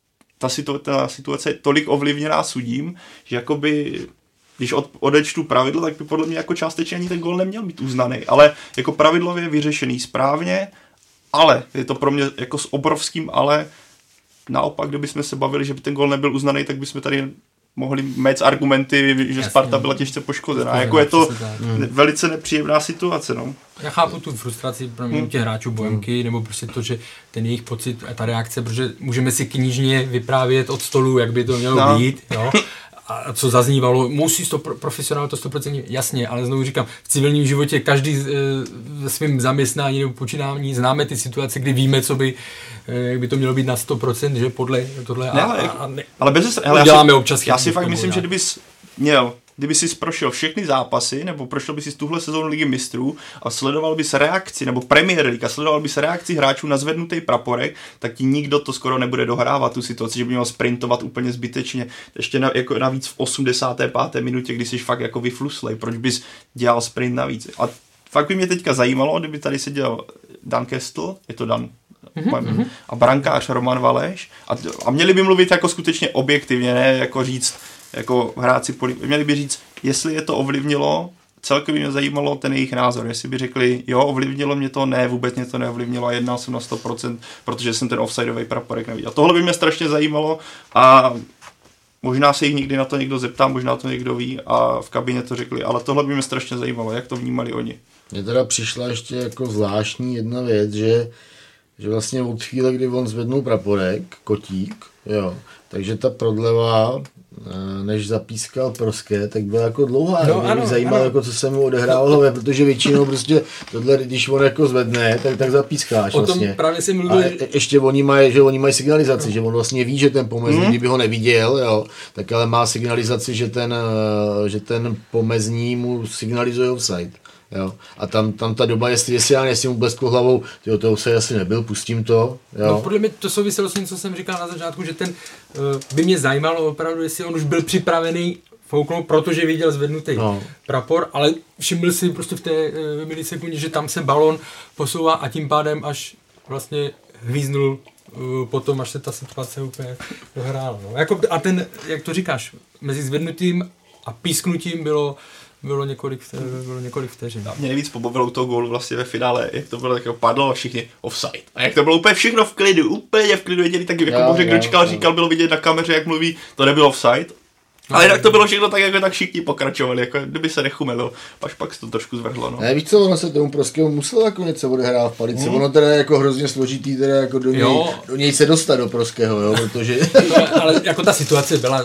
Speaker 5: ta situace, ta situace je tolik ovlivněná sudím, že jakoby když od, odečtu pravidlo, tak by podle mě jako částečně ani ten gól neměl být uznaný, ale jako pravidlově vyřešený správně, ale je to pro mě jako s obrovským ale. Naopak, kdybychom se bavili, že by ten gól nebyl uznaný, tak bychom tady mohli mít argumenty, že Jasně. Sparta byla těžce poškozená.
Speaker 3: Jasně,
Speaker 5: jako je to
Speaker 3: hmm.
Speaker 5: velice nepříjemná situace. No.
Speaker 3: Já chápu tu frustraci pro mě hmm. těch hráčů Bohemky, hmm. nebo prostě to, že ten jejich pocit a ta reakce, protože můžeme si knižně vyprávět od stolu, jak by to mělo no. být, jo. A co zaznívalo, musí to pro, profesionál to sto procent jasně, ale znovu říkám, v civilním životě každý e, ve svém zaměstnání nebo počínání známe ty situace, kdy víme, co by, e, jak by to mělo být na sto procent, že podle tohle
Speaker 5: ne,
Speaker 3: a,
Speaker 5: ale,
Speaker 3: a, a ne,
Speaker 5: ale bez ale
Speaker 3: děláme
Speaker 5: já si,
Speaker 3: občas
Speaker 5: já si fakt
Speaker 3: tomu,
Speaker 5: myslím,
Speaker 3: já.
Speaker 5: že kdybys měl kdyby jsi prošel všechny zápasy, nebo prošel by si tuhle sezónu Ligy mistrů a sledoval bys reakci, nebo Premier League a sledoval bys reakci hráčů na zvednutý praporek, tak ti nikdo to skoro nebude dohrávat tu situaci, že by měl sprintovat úplně zbytečně. Ještě na, jako navíc v osmdesáté páté minutě, kdy jsi fakt jako vyfluslej, proč bys dělal sprint navíc. A fakt by mě teďka zajímalo, kdyby tady seděl Dan Kestl, je to Dan, mm-hmm. a brankář Roman Valeš a, a měli by mluvit jako skutečně objektivně, ne jako říct, jako hráci, měli by říct, jestli je to ovlivnilo, celkově mě zajímalo ten jejich názor, jestli by řekli, jo, ovlivnilo mě to, ne, vůbec mě to neovlivnilo a jednal jsem na sto procent, protože jsem ten offsideový praporek neviděl. Tohle by mě strašně zajímalo a možná se jich někdy na to někdo zeptá, možná to někdo ví a v kabině to řekli, ale tohle by mě strašně zajímalo, jak to vnímali oni.
Speaker 6: Mně teda přišla ještě jako zvláštní jedna věc, že, že vlastně od chvíle, kdy on zvednul praporek, kotík, jo, takže ta prodleva, než zapískal Proské, tak byla jako dlouhá. No, mě by zajímalo, jako, co se mu odehrálo, protože většinou prostě tohle, když on jako zvedne, tak, tak zapískáš
Speaker 3: o tom
Speaker 6: vlastně.
Speaker 3: Právě si mluvil,
Speaker 6: a ještě oni mají, že oni mají signalizaci, no. že on vlastně ví, že ten pomezník, hmm. kdyby ho neviděl, jo, tak ale má signalizaci, že ten, že ten pomezní mu signalizuje offside. Jo. A tam, tam ta doba, jestli, jestli já jestli mu blesklo hlavou, tyjo, to se asi nebyl, pustím to. Jo.
Speaker 3: No, podle mě to souviselo s tím, co jsem říkal na začátku, že ten uh, by mě zajímalo opravdu, jestli on už byl připravený fouknout, protože viděl zvednutý no. prapor, ale všiml si prostě v té uh, milisekundě, že tam se balon posouvá a tím pádem až vlastně hvíznul uh, potom, až se ta situace úplně dohrála. No. Jako, a ten, jak to říkáš, mezi zvednutým a písknutím bylo Bylo několik, bylo několik vteřin.
Speaker 5: Mě nejvíc pobavilo u toho gólu vlastně ve finále, jak to bylo tak padlo a všichni offside. A jak to bylo úplně všechno v klidu, úplně v klidu jediný, tak jako Bořek dočkal, říkal, bylo vidět na kameře, jak mluví, to nebylo offside. No, ale jinak to bylo všechno tak, jako tak všichni pokračovali, jako kdyby se nechumelo, až pak se to trošku zvrhlo. No.
Speaker 6: Ne, víš co, ono se tomu Proskému muselo jako něco odehrát v palici, hmm. ono teda je jako hrozně složitý, teda jako do něj, do něj se dostat do Proského, jo, protože...
Speaker 3: Ale jako ta situace byla,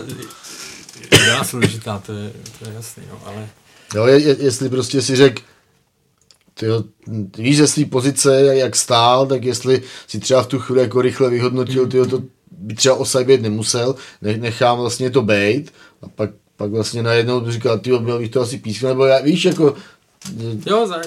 Speaker 3: byla složitá, to je, to je jasný, no, ale...
Speaker 6: Jo, je, je, jestli prostě si řek, tyjo, víš ze svý pozice, jak stál, tak jestli si třeba v tu chvíli jako rychle vyhodnotil, tyjo, to by třeba offside být nemusel, nechám vlastně to bejt a pak, pak vlastně najednou říkal, tyjo, byl bych to asi pískal, nebo já, víš, jako...
Speaker 3: Jo, za...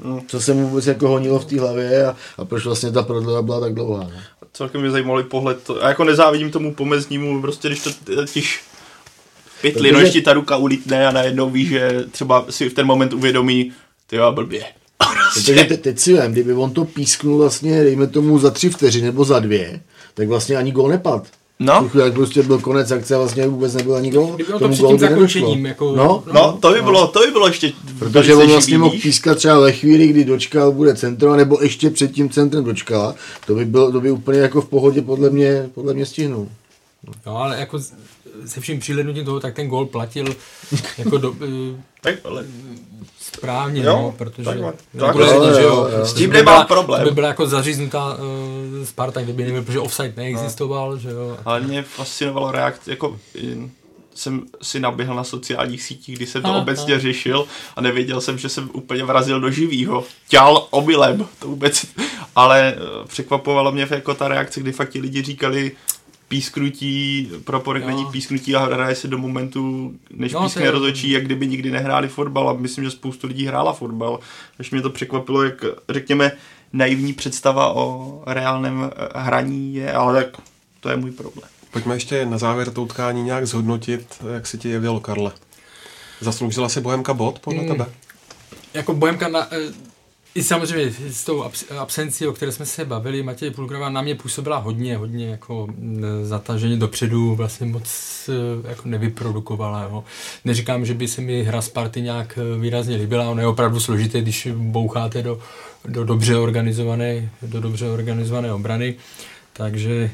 Speaker 6: Co se mu vůbec jako honilo v té hlavě a, a proč vlastně ta prodleva byla tak dlouhá. Ne?
Speaker 5: Celkem mě zajímavý pohled. To, a jako nezávidím tomu pomeznímu, prostě když to tiž pytli,
Speaker 6: Protože...
Speaker 5: nož ti ta ruka ulítne a najednou ví, že třeba si v ten moment uvědomí, ty jo, blbě.
Speaker 6: Protože te, teď si vem, kdyby on to písknul vlastně, dejme tomu za tři vteřiny nebo za dvě, tak vlastně ani gól nepad.
Speaker 5: No.
Speaker 6: Jak prostě byl konec akce, vlastně vůbec nebyl ani gól.
Speaker 3: Kdyby to před tím zakončením. Jako,
Speaker 6: no,
Speaker 5: no, no, to by bylo, to by bylo ještě...
Speaker 6: Protože on vlastně mohl pískat třeba ve chvíli, kdy dočkal, bude centro, nebo ještě před tím centrem dočkala. To by bylo, to by úplně jako v pohodě podle mě, podle mě stihnul.
Speaker 3: No, ale jako se vším přihlednutím toho, tak ten gól platil jako do,
Speaker 5: tak, ale...
Speaker 3: správně,
Speaker 5: jo,
Speaker 3: no, protože
Speaker 5: takhle,
Speaker 3: takhle,
Speaker 6: takhle,
Speaker 3: že
Speaker 6: jo,
Speaker 3: jo,
Speaker 6: jo.
Speaker 5: S tím nemá problém.
Speaker 3: To by byla jako zaříznutá uh, Sparta, kdyby nebyl, protože offside neexistoval, no. Že jo.
Speaker 5: Ale mě fascinovalo reakce, jako jsem si naběhl na sociálních sítích, kdy jsem to
Speaker 3: aha,
Speaker 5: obecně
Speaker 3: aha.
Speaker 5: řešil a nevěděl jsem, že jsem úplně vrazil do živýho. Těl omylem, to vůbec, ale překvapovalo mě jako ta reakce, kdy fakt ti lidi říkali písknutí, proporek není písknutí a hraje se do momentu, než
Speaker 3: no,
Speaker 5: pískne rozhodčí, jak kdyby nikdy nehráli fotbal a myslím, že spoustu lidí hrála fotbal. Až mě to překvapilo, jak řekněme naivní představa o reálném hraní je, ale tak to je můj problém.
Speaker 4: Pojďme ještě na závěr to utkání nějak zhodnotit, jak se ti jevilo, Karle. Zasloužila si Bohemka bod podle mm, tebe?
Speaker 3: Jako Bohemka na... I samozřejmě s tou absencí, o které jsme se bavili, Matěj Pulgrová na mě působila hodně, hodně jako zatažení dopředu, vlastně moc jako nevyprodukovala. Jo. Neříkám, že by se mi hra Sparty nějak výrazně líbila, ono je opravdu složité, když boucháte do, do dobře organizované, do dobře organizované obrany, takže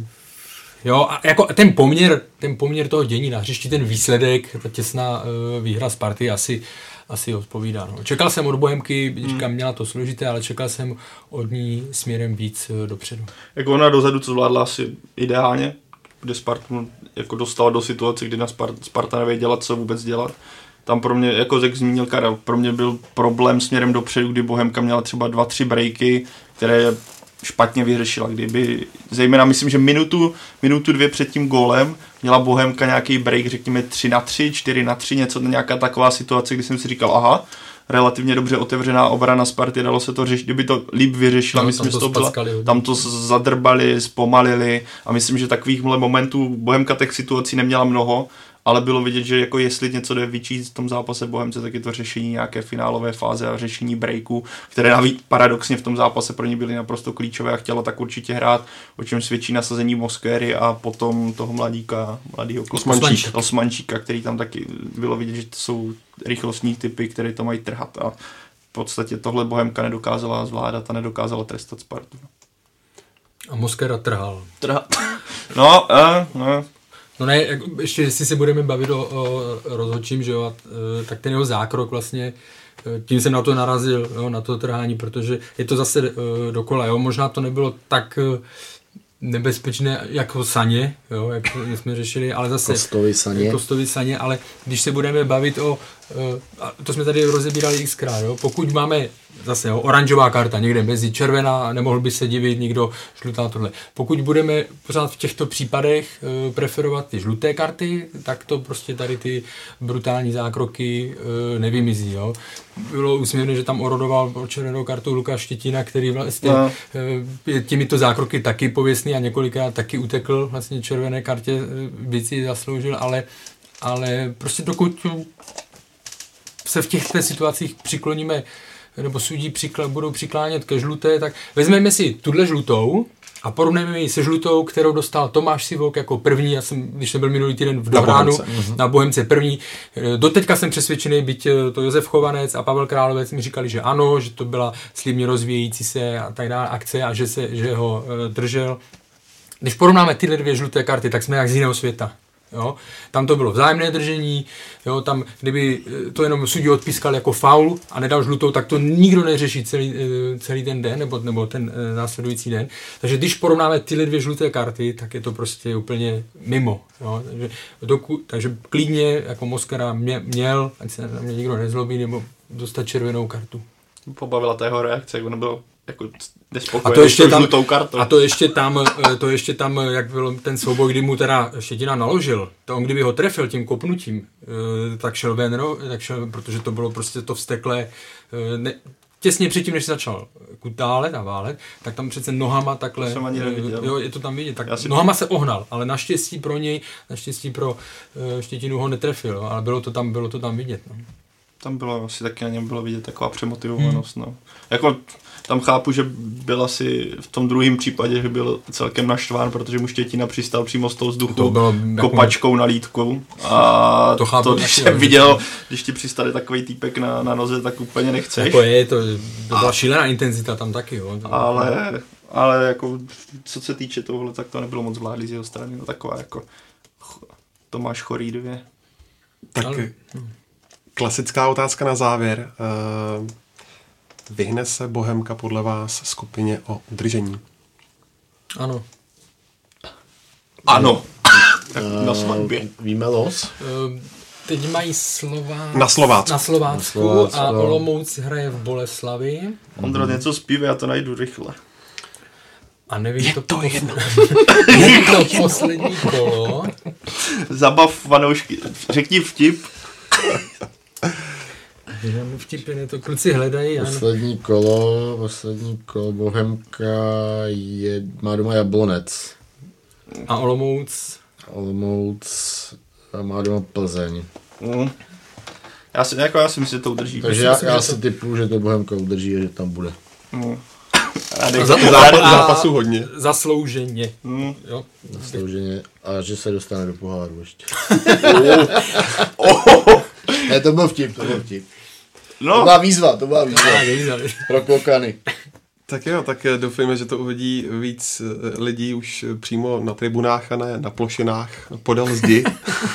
Speaker 3: jo, a jako ten poměr, ten poměr toho dění na hřišti, ten výsledek, ta těsná výhra Sparty asi asi odpovídá. No. Čekal jsem od Bohemky, říkám, měla to složité, ale čekal jsem od ní směrem víc dopředu.
Speaker 5: Jako ona dozadu, co zvládla asi ideálně, kde Spartu jako dostala do situace, kdy na Sparta, Sparta nevěděla, co vůbec dělat. Tam pro mě, jako jak zmínil Karel, pro mě byl problém směrem dopředu, kdy Bohemka měla třeba dva, tři breaky, které špatně vyřešila. Kdyby, zejména myslím, že minutu, minutu dvě před tím gólem měla Bohemka nějaký break, řekněme tři na tři, čtyři na tři, něco, nějaká taková situace, kdy jsem si říkal, aha, relativně dobře otevřená obrana Sparty, dalo se to řešit, kdyby to líp vyřešila, no, myslím, že to byla, tam to zadrbali, zpomalili a myslím, že takovýchhle momentů Bohemka těch situací neměla mnoho, ale bylo vidět, že jako jestli něco jde vyčíst v tom zápase Bohemce, tak je to řešení nějaké finálové fáze a řešení breaků, které navíc paradoxně v tom zápase pro ně byly naprosto klíčové a chtěla tak určitě hrát, o čem svědčí nasazení Mosquery a potom toho mladíka, mladýho
Speaker 3: Osmančíka.
Speaker 5: Osmančíka, který tam taky bylo vidět, že to jsou rychlostní typy, které to mají trhat a v podstatě tohle Bohemka nedokázala zvládat a nedokázala trestat Spartu.
Speaker 3: A Mosquera trhal.
Speaker 5: Trhat. No, uh, no.
Speaker 3: No ne, ještě jestli se budeme bavit o, o rozhodčím, že jo, tak ten jeho zákrok vlastně, tím jsem na to narazil, jo, na to trhání, protože je to zase dokola, jo, možná to nebylo tak nebezpečné jako Saně, jo, jak jsme řešili, ale zase
Speaker 6: Kostovi Saně.
Speaker 3: Kostovi Saně, ale když se budeme bavit o, a to jsme tady rozebírali xkrát, jo, pokud máme zase jo, oranžová karta, někde mezi červená, nemohl by se divit nikdo, žlutá tohle. Pokud budeme pořád v těchto případech e, preferovat ty žluté karty, tak to prostě tady ty brutální zákroky e, nevymizí. Jo. Bylo úsměvné, že tam orodoval o červenou kartu Lukáš Štětina, který vlastně no. e, těmito zákroky taky pověstný a několikrát taky utekl vlastně červené kartě, víc si zasloužil, ale, ale prostě dokud se v těchto situacích přikloníme nebo sudí přikla, budou přiklánět ke žluté, tak vezmeme si tuhle žlutou a porovnejme ji se žlutou, kterou dostal Tomáš Sivok jako první. Já jsem, když jsem byl minulý týden v Dobránu, na Bohemce, na Bohemce první. Doteďka jsem přesvědčený, byť to Josef Chovanec a Pavel Královec mi říkali, že ano, že to byla slibně rozvíjející se a tak dále akce a že, se, že ho e, držel. Když porovnáme tyhle dvě žluté karty, tak jsme jak z jiného světa. Jo? Tam to bylo vzájemné držení, jo? Tam kdyby to jenom sudí odpískal jako faul a nedal žlutou, tak to nikdo neřeší celý, celý ten den nebo, nebo ten následující den. Takže když porovnáme tyhle dvě žluté karty, tak je to prostě úplně mimo. Jo? Takže, doku, takže klidně jako Mosquera mě, měl, ať se na mě nikdo nezlobí, nebo dostat červenou kartu.
Speaker 5: Pobavila ta jeho reakce, jak ono bylo jako
Speaker 3: a to ještě tam, a to ještě tam, to ještě tam, jak byl ten souboj, kdy mu teda Štětina naložil, to on kdyby ho trefil tím kopnutím, tak šel ven, tak šel, protože to bylo prostě to vzteklé, ne, těsně předtím, než začal kutálet a válet, tak tam přece nohama takhle,
Speaker 5: jsem ani neviděl.
Speaker 3: Jo, je to tam vidět, tak
Speaker 5: si...
Speaker 3: nohama se ohnal, ale naštěstí pro něj, naštěstí pro uh, Štětinu ho netrefil, ale bylo to tam, bylo to tam vidět. No.
Speaker 5: Tam bylo asi taky na něm bylo vidět taková přemotivovanost. Hmm. No. Jako tam chápu, že byl asi v tom druhém případě, že byl celkem naštván, protože mu Štětina přistal přímo z toho vzduchu kopačkou jako... na lítku. A to, chápu, to když jsem viděl, když ti přistane takový týpek na, na noze, tak úplně nechceš.
Speaker 3: Jako je, to, to byla a... šílená intenzita tam taky. Jo.
Speaker 5: Ale, ale jako, co se týče tohle, tak to nebylo moc vládlý z jeho strany. No, taková jako Tomáš Chorý dvě.
Speaker 4: Tak ale... klasická otázka na závěr. Uh... Vyhne se Bohemka podle vás skupině o udržení?
Speaker 3: Ano.
Speaker 5: Ano. Tak na svatbě.
Speaker 6: Víme los?
Speaker 3: Teď mají Slová...
Speaker 4: Na Slovácku.
Speaker 3: Na Slovácku, na Slovácku a Olomouc hraje v Boleslavi.
Speaker 5: Ondro, něco zpívej, já to najdu rychle.
Speaker 3: A nevím,
Speaker 4: je
Speaker 3: to,
Speaker 4: to
Speaker 3: posl...
Speaker 4: jedno.
Speaker 3: je to poslední kolo.
Speaker 5: Zabav fanoušky. Řekni vtip.
Speaker 3: Žádný vtipy, ne, to kluci hledají.
Speaker 6: Poslední ano. kolo, poslední kolo Bohemka je, má doma Jablonec.
Speaker 3: A Olomouc?
Speaker 6: Olomouc má doma Plzeň.
Speaker 5: Mm. Já si, jako já si myslím, že to udrží.
Speaker 6: Takže já, já si to... typu, že to Bohemka udrží a že tam bude.
Speaker 5: Mm.
Speaker 4: A a za, zápas, zápasu hodně.
Speaker 3: Zaslouženě.
Speaker 5: Mm.
Speaker 3: Jo.
Speaker 6: Zaslouženě. A že se dostane do poháru ještě.
Speaker 5: oh. Oh.
Speaker 6: Ne, to byl vtip, to byl vtip.
Speaker 5: No.
Speaker 6: To byla výzva, to byla výzva. Pro klokany.
Speaker 4: Tak jo, tak doufejme, že to uvidí víc lidí už přímo na tribunách a ne na plošinách podél zdi.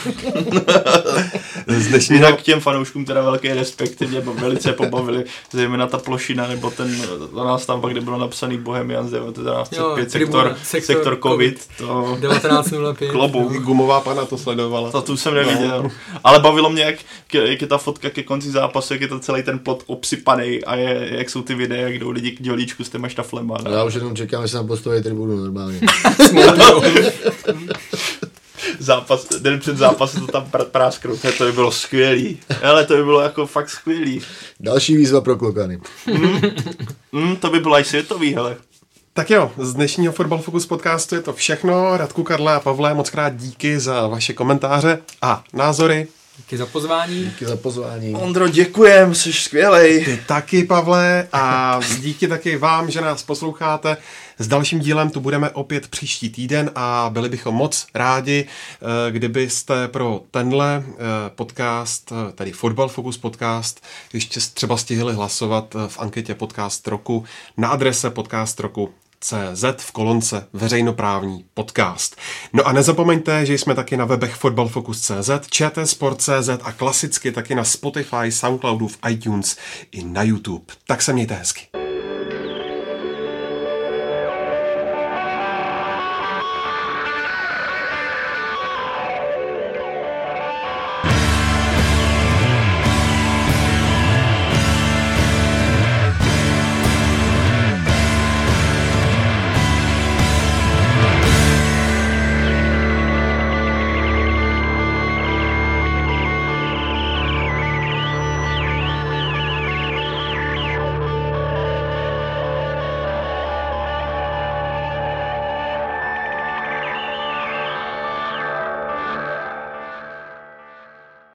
Speaker 5: Z dnešního... Jinak k těm fanouškům teda velký respekt, mě velice pobavili, zejména ta plošina, nebo ten, ta nástavba, kde bylo napsaný Bohemians devatenáct set pět, sektor, sektor, sektor COVID, to
Speaker 3: devatenáct nula pět.
Speaker 5: Klobouk.
Speaker 4: Gumová pana to sledovala.
Speaker 5: To tu jsem neviděl. No. Ale bavilo mě, jak, jak je ta fotka ke konci zápasu, jak je to celý ten plot obsypaný a je, jak jsou ty videa, jak jdou lidi k dělíčku s těma štaflema.
Speaker 6: Ne? Já už jenom čekám, že se tam postaví tribunu normálně.
Speaker 5: Zápas, den před zápasem to tam pr- prásknou. To by bylo skvělý. Ale to by bylo jako fakt skvělý.
Speaker 6: Další výzva pro klokany.
Speaker 5: Mm, mm, to by bylo i světový, hele.
Speaker 4: Tak jo, z dnešního Fotbal Focus podcastu je to všechno. Radku, Karle a Pavle, moc krát díky za vaše komentáře a názory.
Speaker 3: Díky za pozvání.
Speaker 6: Díky za pozvání.
Speaker 5: Ondro, děkujem, jsi skvělej.
Speaker 4: Ty taky, Pavle, a díky taky vám, že nás posloucháte. S dalším dílem tu budeme opět příští týden a byli bychom moc rádi, kdybyste pro tenhle podcast, tedy Fotbal Focus podcast, ještě třeba stihli hlasovat v anketě Podcast roku na adrese podcast roku C Z v kolonce veřejnoprávní podcast. No a nezapomeňte, že jsme taky na webech fotbalfocus tečka cé zet, čtsport tečka cé zet a klasicky taky na Spotify, Soundcloudu, v iTunes i na YouTube. Tak se mějte hezky.